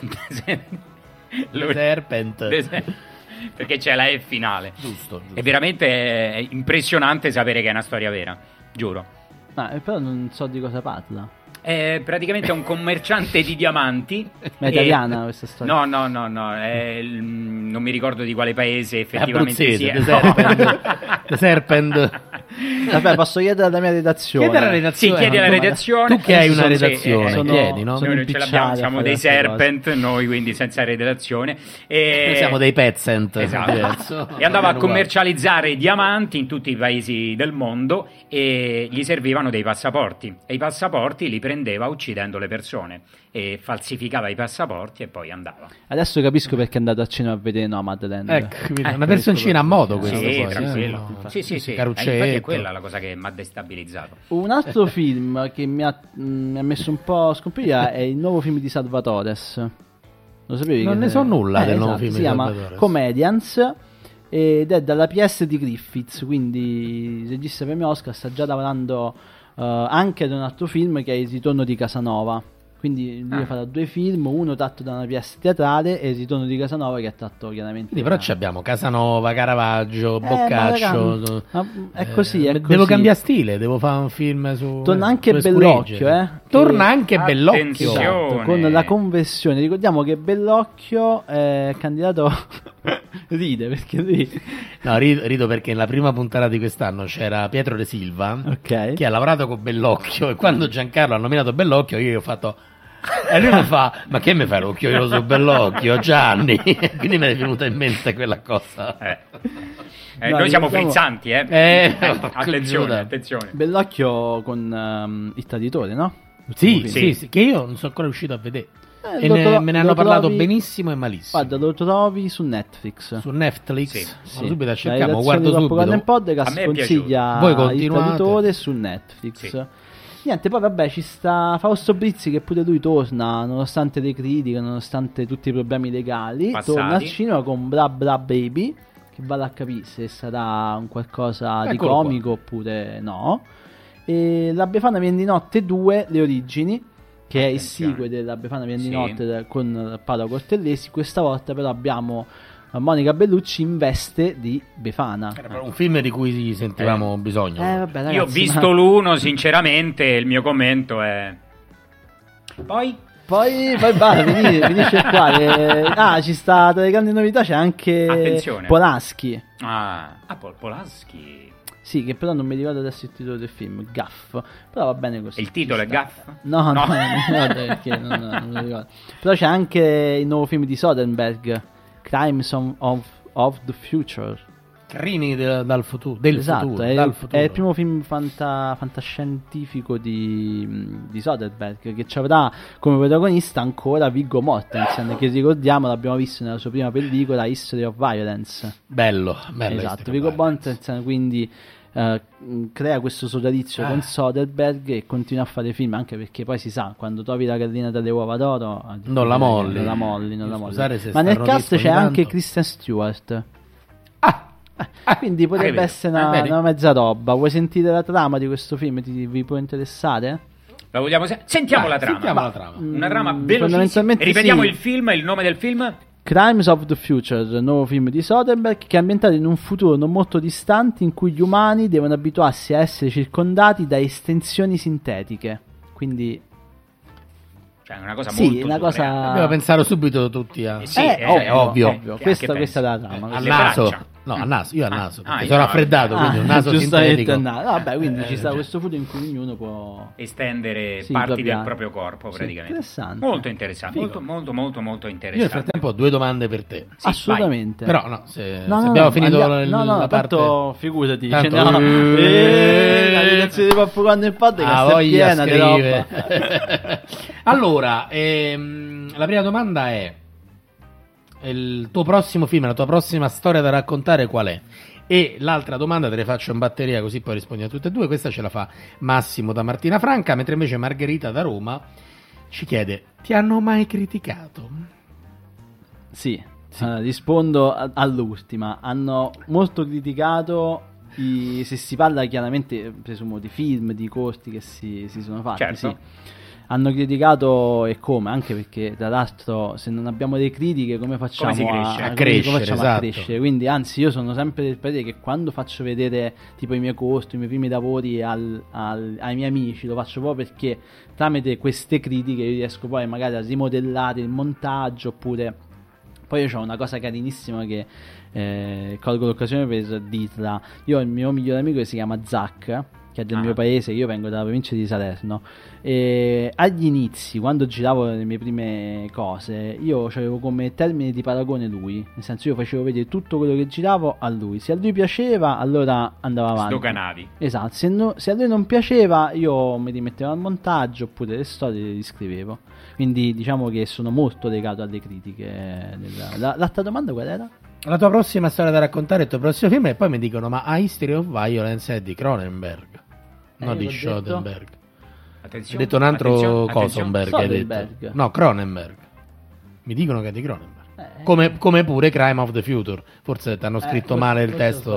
Serpent. Perché c'è la E finale. Giusto. È veramente impressionante sapere che è una storia vera, giuro. Però non so di cosa parla. È praticamente un commerciante di diamanti. Ma è italiana questa storia? No, non mi ricordo di quale paese effettivamente Abruzzese, sia. The Serpent. The Serpent. Vabbè, posso chiedere alla mia redazione. Chiedi alla Sì, redazione. chiedi alla redazione. Tu che hai una Sì, redazione, sono- chiedi, no? sono Noi non ce l'abbiamo, impicciati a siamo fare dei queste Serpent, noi quindi senza redazione. Noi siamo dei peasant. Esatto. diverso. E andava a Uguale. commercializzare i diamanti in tutti i paesi del mondo e gli servivano dei passaporti. E i passaporti li prendeva uccidendo le persone. E falsificava i passaporti e poi andava. Adesso capisco perché è andato a cena a vedere Nomadland. Ecco, una personcina a modo questa. Sì, poi, tranquillo. no? Sì. Caruccetto. Infatti è quella la cosa che mi ha destabilizzato. Un altro film che mi ha messo un po' a scompigliare è il nuovo film di Salvatores. Lo sapevi? Non che- ne so nulla del nuovo film si di chiama Salvatores. Comedians ed è dalla PS di Griffiths, quindi il regista premio Oscar sta già lavorando anche ad un altro film che è Il ritorno di Casanova. Quindi lui farà due film, uno tratto da una pièce teatrale e Il ritorno di Casanova che è tratto chiaramente. Quindi però abbiamo Casanova, Caravaggio, Boccaccio. ma è così, è Devo così. cambiare stile, devo fare un film su. Torna anche sulle Bellocchio, scuregge. che- Torna anche Bellocchio. Attenzione. Esatto, con la conversione. Ricordiamo che Bellocchio è candidato. Ride perché lui. No, rido perché nella prima puntata di quest'anno c'era Pietro De Silva Ok. che ha lavorato con Bellocchio e quando Giancarlo ha nominato Bellocchio io gli ho fatto e lui mi fa ma che mi fai l'occhio su Bellocchio Gianni quindi mi è venuta in mente quella cosa No, noi siamo diciamo- frizzanti, Giuda. attenzione. Bellocchio con Il Traditore, no? sì, Sì. sì, che io non sono ancora riuscito a vedere e Lo tro- me ne lo hanno parlato trovi- benissimo e malissimo Guarda, lo trovi su Netflix. su Netflix Sì. Vado subito a La cercare redazione guardo di Troppo Carne subito Podcast A me è consiglia Voi Il continuate. Traditore su Netflix. Sì. Niente, poi vabbè ci sta Fausto Brizzi che pure lui torna, nonostante le critiche, nonostante tutti i problemi legali, Passati. torna al cinema con Bra Bra Baby, che vale a capire se sarà un qualcosa di Eccolo comico oppure no. E La Befana viene di notte 2, le origini, che è il Attenzione. sequel della Befana viene di Sì. notte con Paolo Cortellesi. Questa volta però abbiamo Monica Bellucci in veste di Befana. era un film di cui sentivamo bisogno Vabbè, ragazzi, Io ho visto l'uno, sinceramente, il mio commento è... Poi? Poi basta, finisce qua. Ci sta tra le grandi novità, c'è anche Attenzione. Polanski. Polanski. Sì, che però non mi ricordo adesso il titolo del film, Gaff. Però va bene così. Il titolo è Gaff? No, non mi ricordo perché non mi ricordo. Però c'è anche il nuovo film di Soderbergh, Crimes of the Future. Crimini dal futuro. Esatto, futuro, è, dal futuro. è il primo film fantascientifico di Soderbergh, che ci avrà come protagonista ancora Viggo Mortensen, che ricordiamo l'abbiamo visto nella sua prima pellicola History of Violence. Bello. Esatto, Viggo Mortensen quindi crea questo sodalizio con Soderbergh e continua a fare film, anche perché poi si sa, quando trovi la gallina dalle uova d'oro non la molli. Ma nel cast c'è anche Kristen Stewart. Quindi potrebbe essere una mezza roba. Vuoi sentire la trama di questo film? Vi può interessare? La vogliamo sentiamo la trama. Sentiamo la trama. Una trama velocissima. Fondamentalmente Ripetiamo sì. il nome del film. Crimes of the Future, nuovo film di Soderbergh, che è ambientato in un futuro non molto distante in cui gli umani devono abituarsi a essere circondati da estensioni sintetiche. Quindi cioè una cosa sì, molto una cosa... Abbiamo pensato subito tutti a... Sì, ovvio. Questa è la trama. Al Le naso. braccia. No, al naso. Io al naso. io sono no. raffreddato, quindi un naso giustamente sintetico. il naso. Vabbè, quindi ci sta questo futuro in cui ognuno può estendere sì, parti proprio- del proprio corpo, sì, praticamente. interessante. Molto interessante, Figo. molto Io nel interessante. frattempo ho 2 domande per te. Sì, assolutamente. Però no, se No, abbiamo finito la parte... tanto figurati, Tanto- la direzione di Popcorn nel podcast è voglia piena di roba. scrive. Allora, la prima domanda è: il tuo prossimo film, la tua prossima storia da raccontare qual è? E l'altra domanda te le faccio in batteria, così poi rispondi a tutte e due. Questa ce la fa Massimo da Martina Franca, mentre invece Margherita da Roma ci chiede: ti hanno mai criticato? Sì, rispondo all'ultima. Hanno molto criticato se si parla chiaramente, presumo, di film, di corti che si sono fatti. Certo. Sì. Hanno criticato e come, anche perché tra l'altro se non abbiamo le critiche come facciamo si cresce? a A crescere, come facciamo a esatto. crescere? Quindi anzi io sono sempre del parere che quando faccio vedere tipo i miei corti, i miei primi lavori ai miei amici, lo faccio proprio perché tramite queste critiche io riesco poi magari a rimodellare il montaggio, oppure poi io ho una cosa carinissima che colgo l'occasione per dirla. Io ho il mio migliore amico che si chiama Zach, che è del mio paese, io vengo dalla provincia di Salerno, e agli inizi, quando giravo le mie prime cose, io avevo come termine di paragone lui, nel senso io facevo vedere tutto quello che giravo a lui, se a lui piaceva allora andava avanti, Sdoganavi. esatto, se a lui non piaceva io mi rimettevo al montaggio oppure le storie le riscrivevo, quindi diciamo che sono molto legato alle critiche. L'altra domanda qual era? La tua prossima storia da raccontare, il tuo prossimo film, e poi mi dicono: ma A History of Violence è di Cronenberg, non di l'ho Soderbergh. Hai Attenzione. detto un altro attenzione. Cosonberg, hai detto. Soderbergh. No, Cronenberg. Mi dicono che è di Cronenberg. Come pure Crime of the Future. Forse ti hanno scritto male il testo.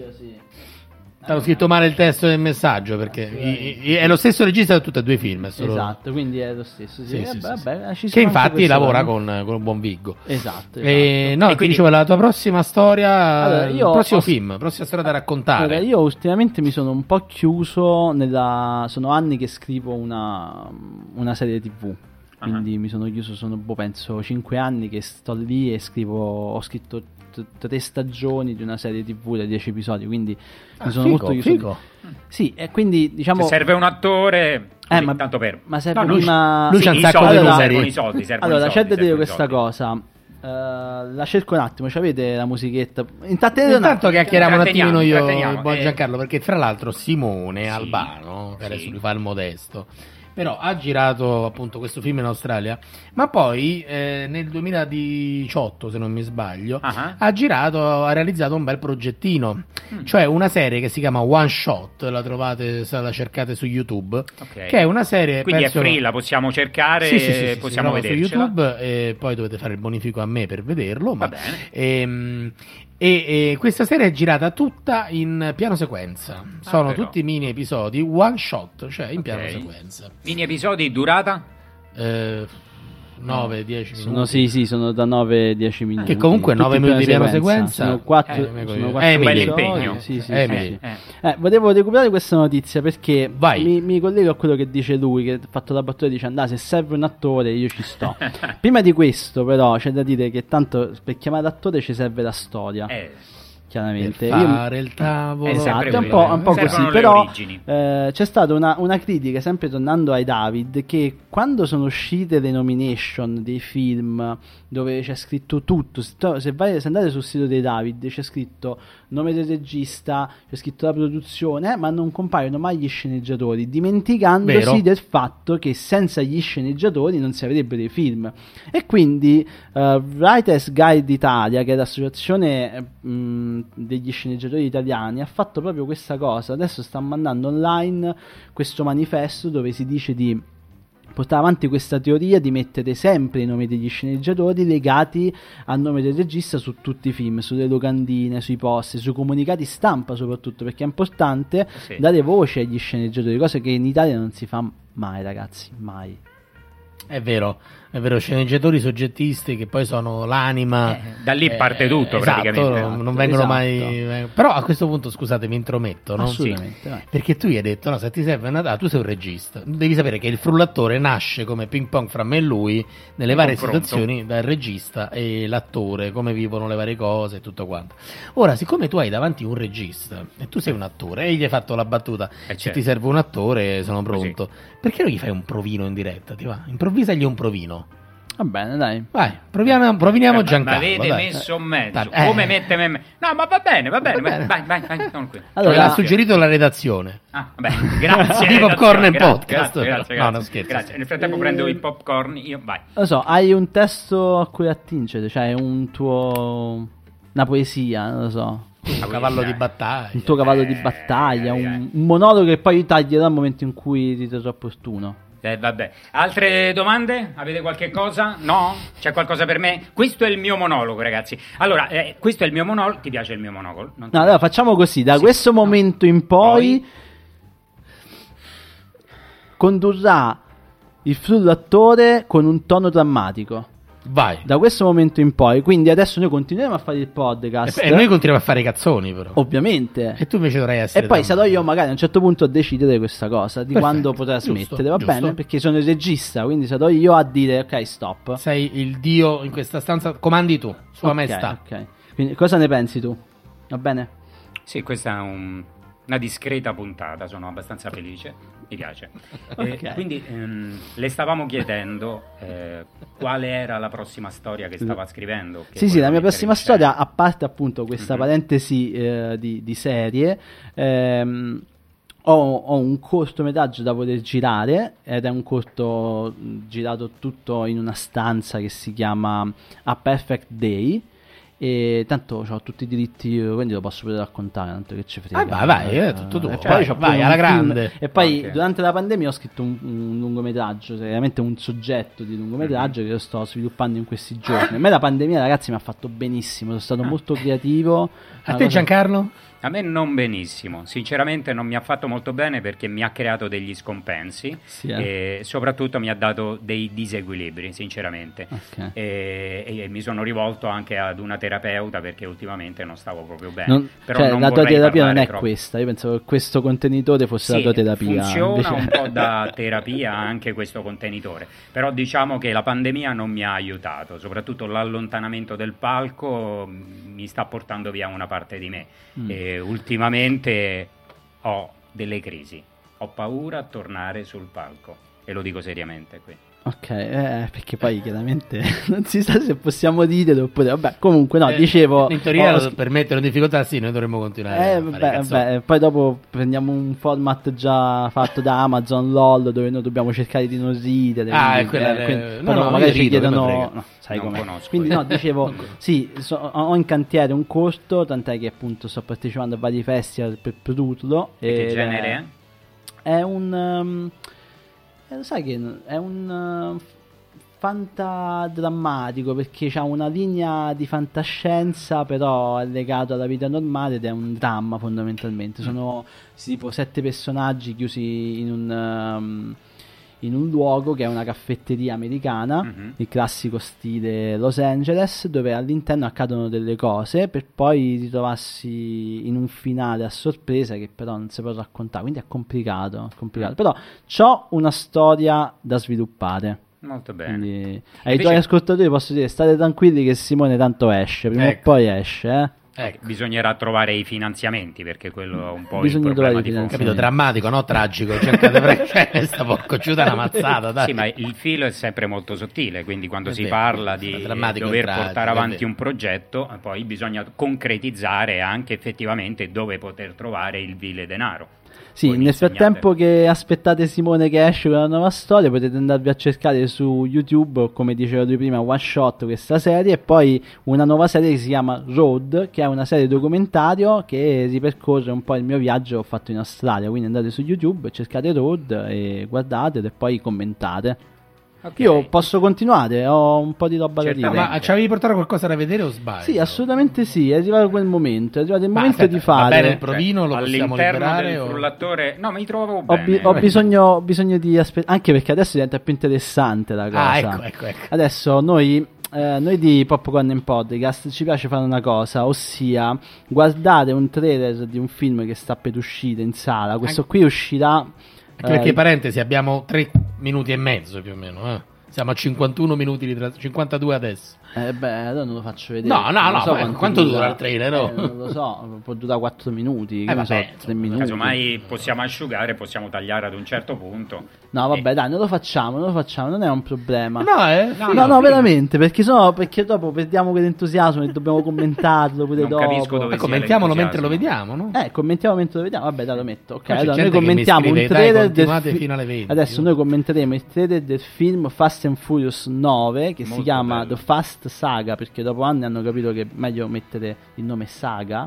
Ti hanno scritto male il testo del messaggio, perché è lo stesso regista di tutti e due i film. È solo... Esatto, quindi è lo stesso. Sì. Sì, Vabbè, ci che sono anche infatti queste lavora cose. con un buon Viggo. Esatto. No, E ti quindi- dicevo, la tua prossima storia, Allora, il io prossimo ho- film, prossima storia da raccontare. Allora, io ultimamente mi sono un po' chiuso sono anni che scrivo una serie TV. Quindi mi sono chiuso, penso 5 anni che sto lì e ho scritto 3 stagioni di una serie TV da 10 episodi, quindi mi sono molto chiuso. Figo. Sì, e quindi diciamo Se serve un attore, così, ma- tanto per. ma serve No, prima lui sì, c'ha un i sacco soldi, di servono numeri. i soldi, servono allora, i c'è soldi, da dire servono i questa soldi. cosa. La cerco un attimo, avete la musichetta? Intrattenete un Intanto attimo. chiacchieriamo un attimino io Tratteniamo, il buon Giancarlo, perché tra l'altro Simone Albano, che sì. adesso lui fa il modesto, però ha girato appunto questo film in Australia, ma poi nel 2018, se non mi sbaglio, ha realizzato un bel progettino, cioè una serie che si chiama One Shot, la trovate, se la cercate su YouTube, Ok. che è una serie, Quindi penso- è free, la possiamo cercare, sì, possiamo si trova su vedercela. YouTube, e poi dovete fare il bonifico a me per vederlo, ma Va bene. e questa serie è girata tutta in piano sequenza, sono però. tutti mini episodi one shot, cioè in Ok. piano sequenza. Mini episodi, durata? 9-10 minuti. Sì, sono da 9-10 minuti. Che comunque 9 minuti di piano sequenza. Sono 4 un bel impegno. Sì. Volevo recuperare questa notizia perché Vai. mi collego a quello che dice lui, che ha fatto la battuta, dice se serve un attore io ci sto. Prima di questo però c'è da dire che tanto per chiamare attore ci serve la storia. Chiaramente per fare il tavolo, esatto, è un po' così, però c'è stata una critica, sempre tornando ai David, che quando sono uscite le nomination dei film dove c'è scritto tutto, se andate sul sito dei David c'è scritto nome del regista, c'è scritto la produzione, ma non compaiono mai gli sceneggiatori, dimenticandosi del fatto che senza gli sceneggiatori non si avrebbero i film. E quindi Writers Guild Italia, che è l'associazione degli sceneggiatori italiani, ha fatto proprio questa cosa. Adesso sta mandando online questo manifesto dove si dice di portare avanti questa teoria di mettere sempre i nomi degli sceneggiatori legati al nome del regista su tutti i film, sulle locandine, sui post, sui comunicati stampa soprattutto, perché è importante dare voce agli sceneggiatori, cosa che in Italia non si fa mai, ragazzi, mai. È vero, sceneggiatori soggettisti che poi sono l'anima. Da lì parte tutto, praticamente. Non vengono mai. Però a questo punto, scusate, mi intrometto, no? Assolutamente. Perché tu gli hai detto, se ti serve una data, tu sei un regista. Devi sapere che il frullattore nasce come ping pong fra me e lui, nelle varie situazioni, dal regista e l'attore, come vivono le varie cose e tutto quanto. Ora, siccome tu hai davanti un regista e tu sei un attore e gli hai fatto la battuta, se ti serve un attore, sono pronto. Perché non gli fai un provino in diretta? Ti va? Improvvisagli un provino. Va bene, dai. Vai, proviniamo Giancarlo. Ma avete messo mezzo. Come mette me? No, ma va bene. Vai, sono qui. Allora, l'ha suggerito la redazione. Vabbè, grazie. Di Popcorn e Podcast. Grazie. No, non scherzo. Grazie. Nel frattempo prendo i popcorn, vai. Lo so, hai un testo a cui attingere, cioè una poesia, non lo so. Un cavallo di battaglia. Un tuo cavallo di battaglia, un monologo che poi taglierò al momento in cui riterrò opportuno. Vabbè. Altre domande? Avete qualche cosa? No? C'è qualcosa per me? Questo è il mio monologo, ragazzi. Allora, questo è il mio monologo. Ti piace il mio monologo? No, allora facciamo così. Da questo momento in poi condurrà il frullattore con un tono drammatico. Vai. Da questo momento in poi, quindi adesso noi continuiamo a fare il podcast e noi continuiamo a fare i cazzoni, però ovviamente, e tu invece dovrai essere e poi sarò io magari a un certo punto a decidere questa cosa di quando potrà smettere, va giusto. Bene, perché sono il regista, quindi sarò io a dire ok, stop. Sei il dio in questa stanza, comandi tu, sua maestà. Ok, quindi cosa ne pensi tu? Va bene? Sì, questa è una discreta puntata, sono abbastanza felice, mi piace. Quindi le stavamo chiedendo quale era la prossima storia che stava scrivendo. Sì, la mia prossima storia, a parte appunto questa parentesi di serie, ho un cortometraggio da voler girare, ed è un corto girato tutto in una stanza che si chiama A Perfect Day. E tanto ho tutti i diritti io, quindi lo posso pure raccontare, tanto che ci frega. Vai, tutto tuo. Poi vai alla grande. E poi durante la pandemia ho scritto un lungometraggio, veramente un soggetto di lungometraggio che lo sto sviluppando in questi giorni. A me la pandemia, ragazzi, mi ha fatto benissimo, sono stato molto creativo. A te, Giancarlo? A me non benissimo, sinceramente non mi ha fatto molto bene perché mi ha creato degli scompensi e soprattutto mi ha dato dei disequilibri, sinceramente. E mi sono rivolto anche ad una terapeuta perché ultimamente non stavo proprio bene. La tua terapia non è questa, io pensavo che questo contenitore fosse la tua terapia. Funziona un po' da terapia anche questo contenitore, però diciamo che la pandemia non mi ha aiutato, soprattutto l'allontanamento del palco mi sta portando via una parte di me. E ultimamente ho delle crisi, ho paura a tornare sul palco e lo dico seriamente qui. Ok, perché poi chiaramente non si sa se possiamo dire oppure vabbè, comunque no, dicevo in teoria per mettere in difficoltà noi dovremmo continuare vabbè, poi dopo prendiamo un format già fatto da Amazon LOL dove noi dobbiamo cercare di non ridere magari ci chiedono sai come. Quindi no, dicevo sì, ho in cantiere un corto, tant'è che appunto sto partecipando a vari festival per produrlo. Che genere è? È un lo sai che è un fantadrammatico perché c'ha una linea di fantascienza però è legato alla vita normale ed è un dramma fondamentalmente. Sono tipo 7 personaggi chiusi in in un luogo che è una caffetteria americana, il classico stile Los Angeles, dove all'interno accadono delle cose per poi ritrovarsi in un finale a sorpresa che però non si può raccontare, quindi è complicato. Però c'ho una storia da sviluppare. Molto bene. Quindi, ai tuoi ascoltatori posso dire, state tranquilli che Simone tanto esce, prima o poi esce, Bisognerà trovare i finanziamenti, perché quello è un po' Bisogna il problema trovare i di fondo. Capito? Drammatico, no? Tragico. Cercate sta porco giuda una mazzata, dai. Sì, ma il filo è sempre molto sottile, quindi quando È si vero, parla è di drammatico dover e tragico, portare è avanti vero. un progetto, poi bisogna concretizzare anche effettivamente dove poter trovare il vile denaro. Sì, Voi mi nel insegnate. frattempo che aspettate Simone che esce con una nuova storia, potete andarvi a cercare su YouTube, o come diceva lui prima, One Shot, questa serie, e poi una nuova serie che si chiama Road, che è una serie documentario che ripercorre un po' il mio viaggio che ho fatto in Australia. Quindi andate su YouTube, cercate Road e guardatelo e poi commentate. Ok. Io posso continuare, ho un po' di roba da Certamente. dire. Ma ci avevi portato qualcosa da vedere o sbaglio? Sì, assolutamente sì, è arrivato quel momento, è arrivato il Ma momento aspetta, di fare. va bene il provino, lo possiamo all'interno liberare? del o... frullatore, no, ma mi trovavo Ho, bene. ho bisogno di aspettare, anche perché adesso diventa più interessante la cosa. Ah, ecco. Adesso noi di Popcorn in Podcast ci piace fare una cosa, ossia guardare un trailer di un film che sta per uscire in sala. Questo qui uscirà Anche perché, parentesi, abbiamo 3 minuti e mezzo più o meno, Siamo a 51 minuti di 52 adesso. allora non lo faccio vedere. No, Non so quanto dura il trailer? No? Non lo so, può durare 4 minuti, che ne so, vabbè, 3 minuti. Casomai possiamo asciugare, possiamo tagliare ad un certo punto. No, vabbè, dai, non lo facciamo, non è un problema. No, No, veramente, perché dopo perdiamo quell'entusiasmo e dobbiamo commentarlo pure Non dopo. capisco dove sia Commentiamolo mentre l'entusiasmo. lo vediamo, no? Commentiamo mentre lo vediamo. Vabbè, dai, lo metto. Ok, Poi c'è allora gente noi che mi commentiamo scrive, un dai, trailer continuate fino alle 20. Adesso noi commenteremo il trailer del film Fast and Furious 9, che si Molto chiama bello. The Fast Saga, perché dopo anni hanno capito che è meglio mettere il nome Saga.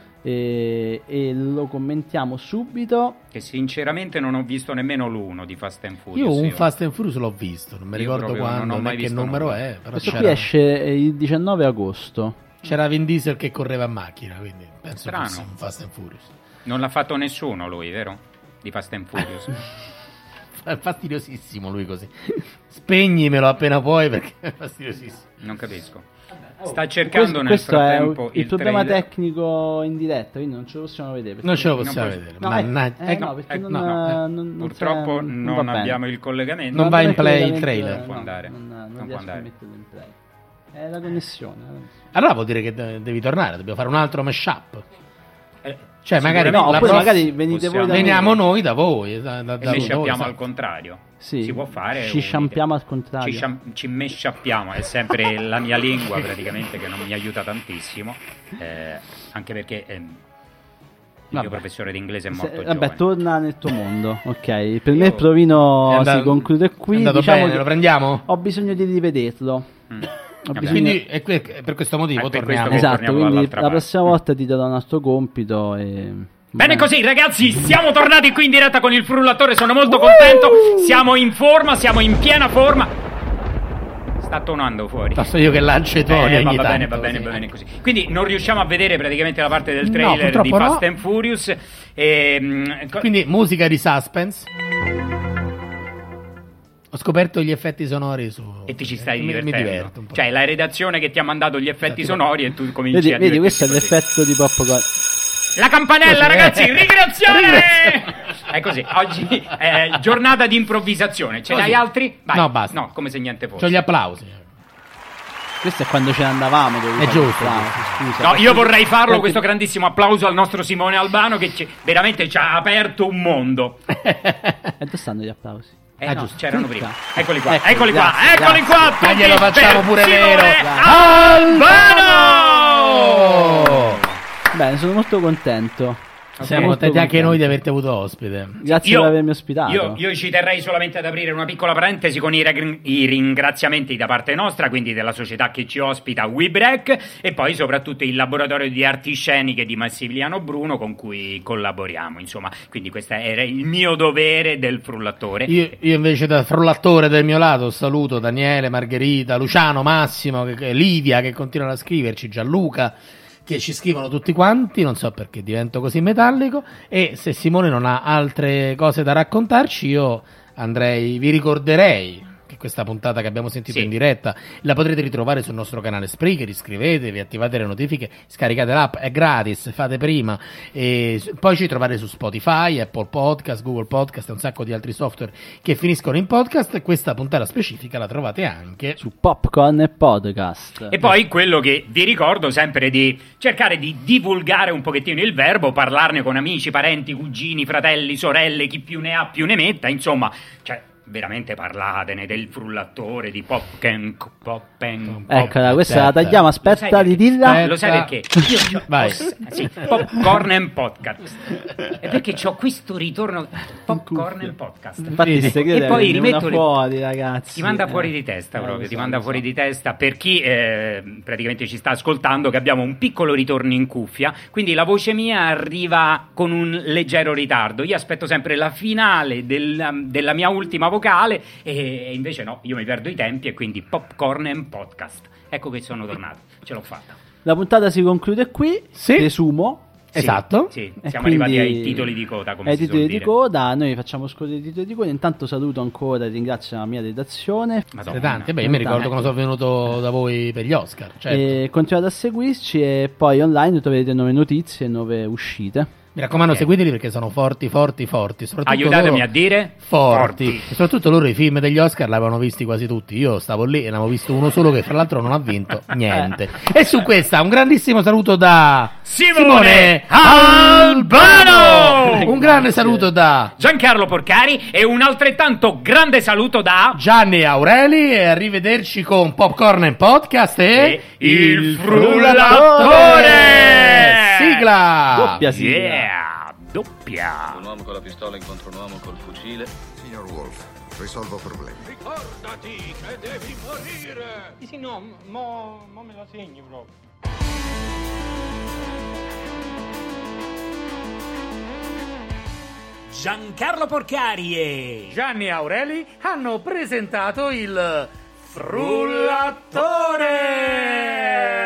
E lo commentiamo subito. Che sinceramente non ho visto nemmeno l'uno di Fast and Furious. Io un Fast and Furious l'ho visto, non mi Io ricordo proprio non quando, ho mai né che visto numero nulla. è. Però Questo c'era, qui esce il 19 agosto. c'era Vin Diesel che correva a macchina, quindi penso Strano. fosse un Fast and Furious. Non l'ha fatto nessuno lui, vero? Di Fast and Furious. È fastidiosissimo lui così. Spegnimelo appena puoi perché è fastidiosissimo. Non capisco. Sta cercando nel Questo è frattempo il problema trailer. tecnico in diretta, quindi non ce lo possiamo vedere. perché- Non ce lo possiamo Non vedere. No, Mannaggia. no, perché ecco, non Purtroppo c'è- non va bene. abbiamo il collegamento. Non va in abbiamo play il collegamento, trailer. Non può andare. Non Non può riesco a andare. metterlo in play. È la connessione. Allora vuol dire che devi tornare, dobbiamo fare un altro mashup. Cioè, Sicuramente magari No, la oppure prossima- magari venite voi da veniamo me. noi da voi. Da E voi, mesciappiamo esatto. al contrario. Sì. Si può fare. Ci sciampiamo al contrario. Ci mesciappiamo. È sempre la mia lingua praticamente che non mi aiuta tantissimo. Anche perché il Vabbè. mio professore di inglese è molto Vabbè, giovane. torna nel tuo mondo. Ok, per me il provino È andato- si conclude qui. È andato Diciamo bene, che lo prendiamo? ho bisogno di rivederlo. Ho Vabbè. bisogno- Quindi è per questo motivo Per torniamo. questo che- Esatto, torniamo quindi dall'altra la parte. prossima volta ti darò un altro compito. Bene così ragazzi, siamo tornati qui in diretta con il frullatore, sono molto contento, siamo in forma, siamo in piena forma. Sta tonando fuori. Basta io che lancio i tuoni ogni va bene, tanto, va bene, così. va bene così. Quindi non riusciamo a vedere praticamente la parte del No, trailer di purtroppo Fast no. and Furious. Quindi musica di suspense. Ho scoperto gli effetti sonori su... E ti ci stai mi divertendo. diverto un po'. Cioè la redazione che ti ha mandato gli effetti Esatto. sonori e tu cominci a Vedi, divertirti questo è così. l'effetto di popcorn. La campanella Così, ragazzi, ringrazione! Ringrazione! È così, oggi è giornata di improvvisazione. Ce ne Così. hai altri? Vai. No, basta. No, come se niente fosse. C'ho gli applausi. Questo è quando ce ne andavamo. È giusto. Scusa. No, io vorrei farlo, Perché- questo grandissimo applauso al nostro Simone Albano che veramente ci ha aperto un mondo. E dove stanno gli applausi? No, giusto. c'erano Clicca. prima. Eccoli qua, Ecco, eccoli qua, grazie, eccoli grazie. qua. Ma tutti glielo facciamo per pure Simone vero. Albano! Bene, sono molto contento. Siamo molto contenti anche contento. noi di averti avuto ospite. Grazie per avermi ospitato. Io ci terrei solamente ad aprire una piccola parentesi con i ringraziamenti da parte nostra, quindi della società che ci ospita, WeBreak, e poi soprattutto il laboratorio di arti sceniche di Massimiliano Bruno con cui collaboriamo, insomma, quindi questo era il mio dovere del frullatore. Io invece da frullatore del mio lato saluto Daniele, Margherita, Luciano, Massimo, Livia che continuano a scriverci, Gianluca che ci scrivono tutti quanti, non so perché divento così metallico, e se Simone non ha altre cose da raccontarci io vi ricorderei che questa puntata che abbiamo sentito Sì. in diretta la potrete ritrovare sul nostro canale Spreaker. Iscrivetevi, attivate le notifiche, scaricate l'app, è gratis, fate prima, e poi ci trovate su Spotify, Apple Podcast, Google Podcast e un sacco di altri software che finiscono in podcast. Questa puntata specifica la trovate anche Su Popcorn e Podcast. E poi quello che vi ricordo sempre di cercare di divulgare un pochettino il verbo, parlarne con amici, parenti, cugini, fratelli, sorelle, chi più ne ha più ne metta, insomma, cioè veramente parlatene del frullatore, di Poppen. Eccola, questa la tagliamo, aspetta, ridilla. Lo sai perché? Io Vai. sì, Popcorn and Podcast. E perché c'ho questo ritorno Popcorn and Podcast. Infatti il segreto E poi è rimetto le- fuori, ragazzi. Ti manda fuori di testa proprio, lo ti so, manda lo fuori so. di testa per chi praticamente ci sta ascoltando, che abbiamo un piccolo ritorno in cuffia, quindi la voce mia arriva con un leggero ritardo. Io aspetto sempre la finale della mia ultima vocale e invece no, io mi perdo i tempi e quindi Popcorn and Podcast. Ecco che sono tornato, ce l'ho fatta. La puntata si conclude qui, Sì. presumo. Sì, Esatto. Sì, E siamo quindi- arrivati ai titoli di coda, come ai si suol titoli di dire. coda, noi facciamo scorrere i titoli di coda. Intanto saluto ancora e ringrazio la mia redazione. Madonna. Tanti. Beh, io mi ricordo quando sono venuto da voi per gli Oscar. Certo. E continuate a seguirci e poi online troverete nuove notizie e nuove uscite. Mi raccomando, Ok. seguiteli perché sono forti. Soprattutto Aiutatemi loro a dire forti. E soprattutto loro i film degli Oscar l'avevano visti quasi tutti. Io stavo lì e ne avevo visto uno solo che fra l'altro non ha vinto niente. E su questa un grandissimo saluto da Simone Albano! Un grande saluto da Giancarlo Porcari e un altrettanto grande saluto da Gianni Aureli e arrivederci con Popcorn and Podcast e Il Frullatore! Sigla! Doppia sigla. Yeah, doppia. Un uomo con la pistola incontro un uomo col fucile. Signor Wolf, risolvo problemi. Ricordati che devi morire! Sì, no, mo me lo segno proprio. Giancarlo Porcari e Gianni Aureli hanno presentato il Frullatore!